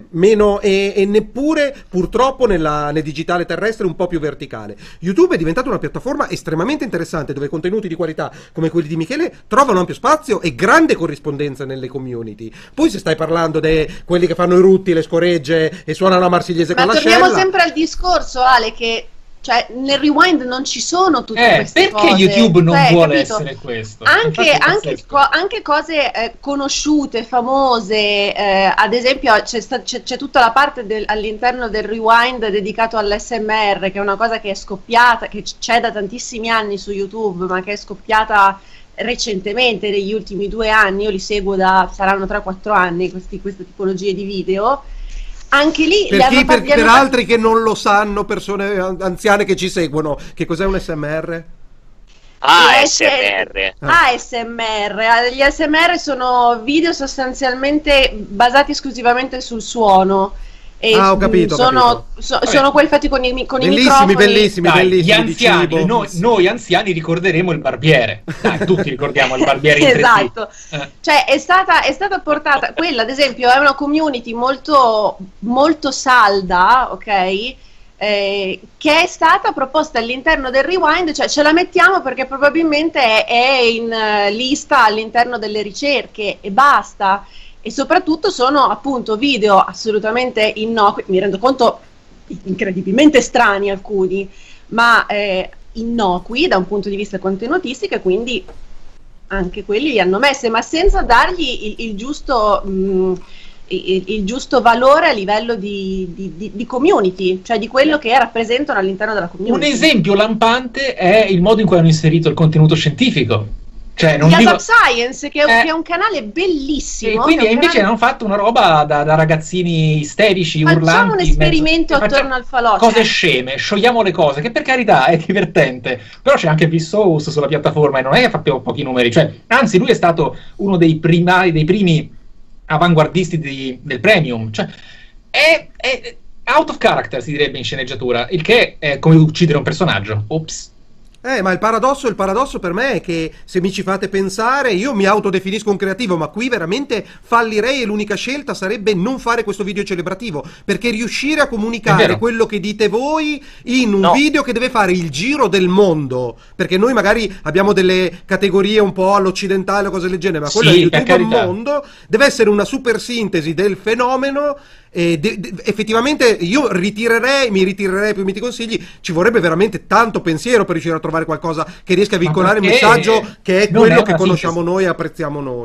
e neppure purtroppo nel digitale terrestre un po' più verticale. YouTube è diventata una piattaforma estremamente interessante dove contenuti di qualità come quelli di Michele trovano ampio spazio e grande corrispondenza nelle community. Poi se stai parlando di quelli che fanno i rutti, le scoregge e suonano la marsigliese con l'ascella, ma torniamo sempre al discorso, Ale, che cioè nel rewind non ci sono tutte queste perché cose. YouTube non vuole essere questo? Anche cose conosciute, famose, ad esempio c'è tutta la parte all'interno del rewind dedicato all'SMR, che è una cosa che è scoppiata, che c'è da tantissimi anni su YouTube, ma che è scoppiata recentemente, negli ultimi 2 anni. Io li seguo saranno 3-4 anni queste tipologie di video. Anche lì per altri che non lo sanno, persone anziane che ci seguono, che cos'è un SMR? ASMR. ASMR. Gli ASMR sono video sostanzialmente basati esclusivamente sul suono. E ho capito, sono quelli fatti con i microfoni. Bellissimi. Gli anziani, noi anziani ricorderemo il barbiere. Dai, tutti ricordiamo il barbiere in 3D. Esatto. Cioè è stata portata quella, ad esempio, è una community molto molto salda, ok? Che è stata proposta all'interno del rewind, cioè ce la mettiamo perché probabilmente è in lista all'interno delle ricerche e basta. E soprattutto sono appunto video assolutamente innocui, mi rendo conto incredibilmente strani alcuni, ma innocui da un punto di vista contenutistico, e quindi anche quelli li hanno messe, ma senza dargli il giusto valore a livello di community, cioè di quello che rappresentano all'interno della community. Un esempio lampante è il modo in cui hanno inserito il contenuto scientifico. Cioè, Science, che è un canale bellissimo. E quindi invece hanno fatto una roba da ragazzini isterici, urlanti. Facciamo un esperimento attorno al falò. Cose sceme, sciogliamo le cose, che per carità è divertente. Però c'è anche Vsauce sulla piattaforma e non è che ha fatto pochi numeri. Cioè, anzi, lui è stato uno dei primi avanguardisti del premium. Cioè, è out of character, si direbbe in sceneggiatura, il che è come uccidere un personaggio. Ops. Ma il paradosso per me è che, se mi ci fate pensare, io mi autodefinisco un creativo, ma qui veramente fallirei e l'unica scelta sarebbe non fare questo video celebrativo, perché riuscire a comunicare quello che dite voi in un video che deve fare il giro del mondo, perché noi magari abbiamo delle categorie un po' all'occidentale o cose del genere, ma quello è YouTube al mondo, deve essere una super sintesi del fenomeno. Effettivamente io mi ritirerei più miti consigli. Ci vorrebbe veramente tanto pensiero per riuscire a trovare qualcosa che riesca a vincolare il messaggio che è quello che conosciamo noi e apprezziamo noi.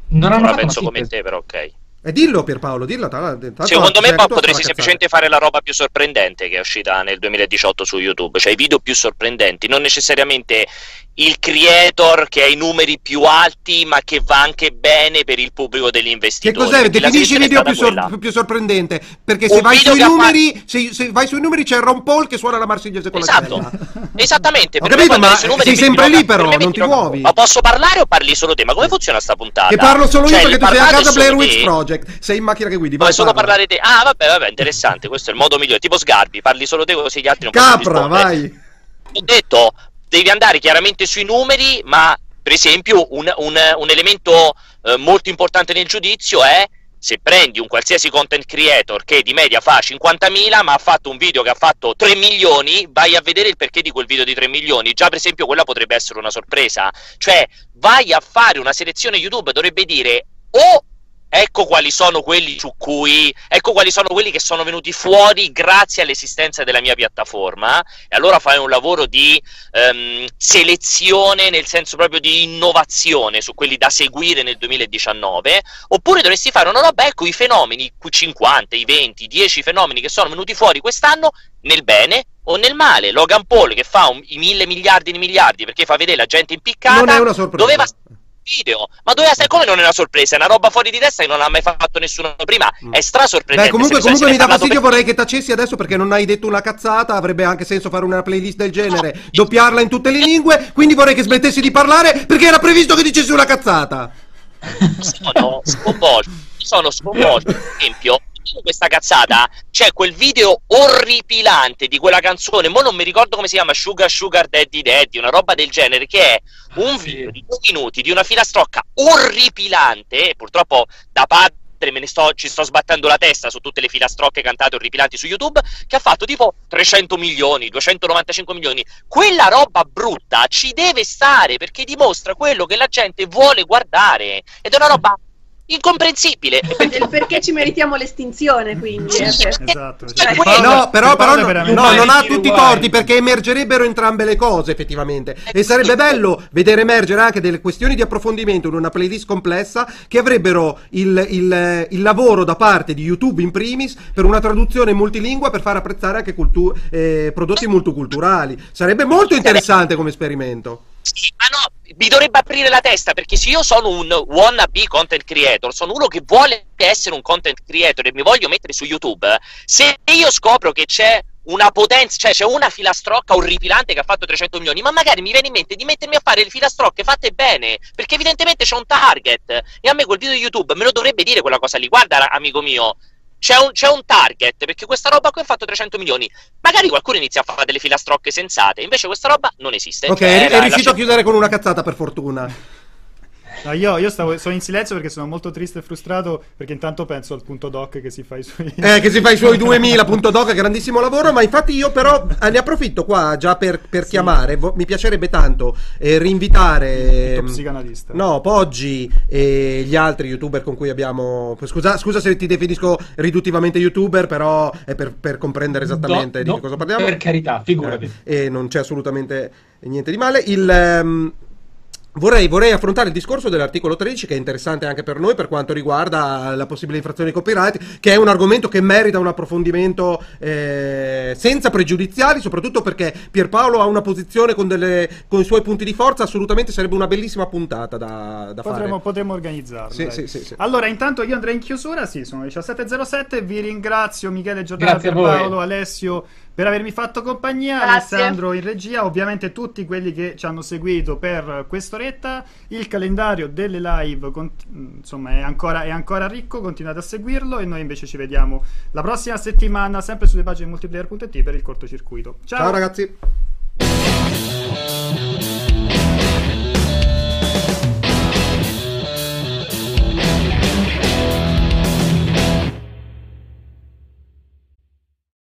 Non hanno la fatto penso una come sequel. te, però ok. E dillo Pierpaolo, dillo. Secondo me poi potresti semplicemente fare la roba più sorprendente che è uscita nel 2018 su YouTube, cioè i video più sorprendenti, non necessariamente il creator che ha i numeri più alti ma che va anche bene per il pubblico degli investitori. Che cos'è? Definisci il video più sorprendente, perché se vai sui numeri, se vai sui numeri c'è Ron Paul che suona la Marsigliese con la Esatto, esattamente. Ho capito, ma sei sempre lì però, non ti muovi. Ma posso parlare o parli solo te? Ma come funziona sta puntata? Che parlo solo io perché tu sei a casa Blair Witch Witch Project, sei in macchina che guidi. Vuoi solo parlare te? Ah, vabbè, interessante, questo è il modo migliore. Tipo Sgarbi, parli solo te così gli altri non possono rispondere. Vai. Ho detto, devi andare chiaramente sui numeri, ma per esempio un elemento molto importante nel giudizio è se prendi un qualsiasi content creator che di media fa 50.000 ma ha fatto un video che ha fatto 3 milioni, vai a vedere il perché di quel video di 3 milioni. Già per esempio quella potrebbe essere una sorpresa, cioè vai a fare una selezione. YouTube dovrebbe dire ecco quali sono quelli che sono venuti fuori grazie all'esistenza della mia piattaforma, e allora fai un lavoro di selezione, nel senso proprio di innovazione su quelli da seguire nel 2019, oppure dovresti fare una roba, ecco i fenomeni, i 50, i 20, i 10 fenomeni che sono venuti fuori quest'anno nel bene o nel male. Logan Paul che fa i 1.000 miliardi di miliardi perché fa vedere la gente impiccata, non è una sorpresa. Doveva video, ma doveva essere, come non è una sorpresa, è una roba fuori di testa che non ha mai fatto nessuno prima, è strasorprendente. Comunque mi dà fastidio, vorrei che tacessi adesso perché non hai detto una cazzata, avrebbe anche senso fare una playlist del genere, doppiarla in tutte le lingue, quindi vorrei che smettessi di parlare perché era previsto che dicessi una cazzata. Sono sconvolto, per esempio questa cazzata, c'è quel video orripilante di quella canzone, mo non mi ricordo come si chiama, Sugar Daddy Daddy, una roba del genere, che è un video di 2 minuti di una filastrocca orripilante, e purtroppo da padre ci sto sbattendo la testa su tutte le filastrocche cantate orripilanti su YouTube, che ha fatto tipo 300 milioni, 295 milioni. Quella roba brutta ci deve stare perché dimostra quello che la gente vuole guardare, ed è una roba incomprensibile. Perché ci meritiamo l'estinzione, quindi esatto. No, però non ha tutti i torti, perché emergerebbero entrambe le cose effettivamente, e sarebbe bello vedere emergere anche delle questioni di approfondimento in una playlist complessa che avrebbero il lavoro da parte di YouTube in primis per una traduzione multilingua per far apprezzare anche prodotti multiculturali. Sarebbe molto interessante come esperimento. Ma no, mi dovrebbe aprire la testa, perché se io sono un wannabe content creator, sono uno che vuole essere un content creator e mi voglio mettere su YouTube, se io scopro che c'è una potenza, cioè c'è una filastrocca orripilante che ha fatto 300 milioni, ma magari mi viene in mente di mettermi a fare le filastrocche fatte bene, perché evidentemente c'è un target, e a me quel video di YouTube me lo dovrebbe dire quella cosa lì. Guarda, amico mio, c'è un target, perché questa roba qui ha fatto 300 milioni. Magari qualcuno inizia a fare delle filastrocche sensate, invece questa roba non esiste. Ok, è riuscito a chiudere con una cazzata, per fortuna. No, io sono in silenzio perché sono molto triste e frustrato, perché intanto penso al punto doc che si fa i suoi 2000 punto doc, grandissimo lavoro. Ma infatti io però ne approfitto qua già per chiamare, mi piacerebbe tanto rinvitare psicanalista, Poggi e gli altri youtuber con cui abbiamo, scusa se ti definisco riduttivamente youtuber, però è per comprendere esattamente di che cosa parliamo. Per carità, figurati. E non c'è assolutamente niente di male. Vorrei affrontare il discorso dell'articolo 13, che è interessante anche per noi per quanto riguarda la possibile infrazione di copyright, che è un argomento che merita un approfondimento senza pregiudiziali, soprattutto perché Pierpaolo ha una posizione con i suoi punti di forza. Assolutamente sarebbe una bellissima puntata da fare. Potremmo organizzarlo. Sì. Allora, intanto io andrei in chiusura, sono le 17.07, vi ringrazio Michele, Giordano, Pierpaolo, Alessio per avermi fatto compagnia. Grazie. Alessandro in regia, ovviamente tutti quelli che ci hanno seguito per quest'oretta. Il calendario delle live insomma è ancora ricco, continuate a seguirlo, e noi invece ci vediamo la prossima settimana sempre sulle pagine multiplayer.it per il cortocircuito. Ciao ragazzi.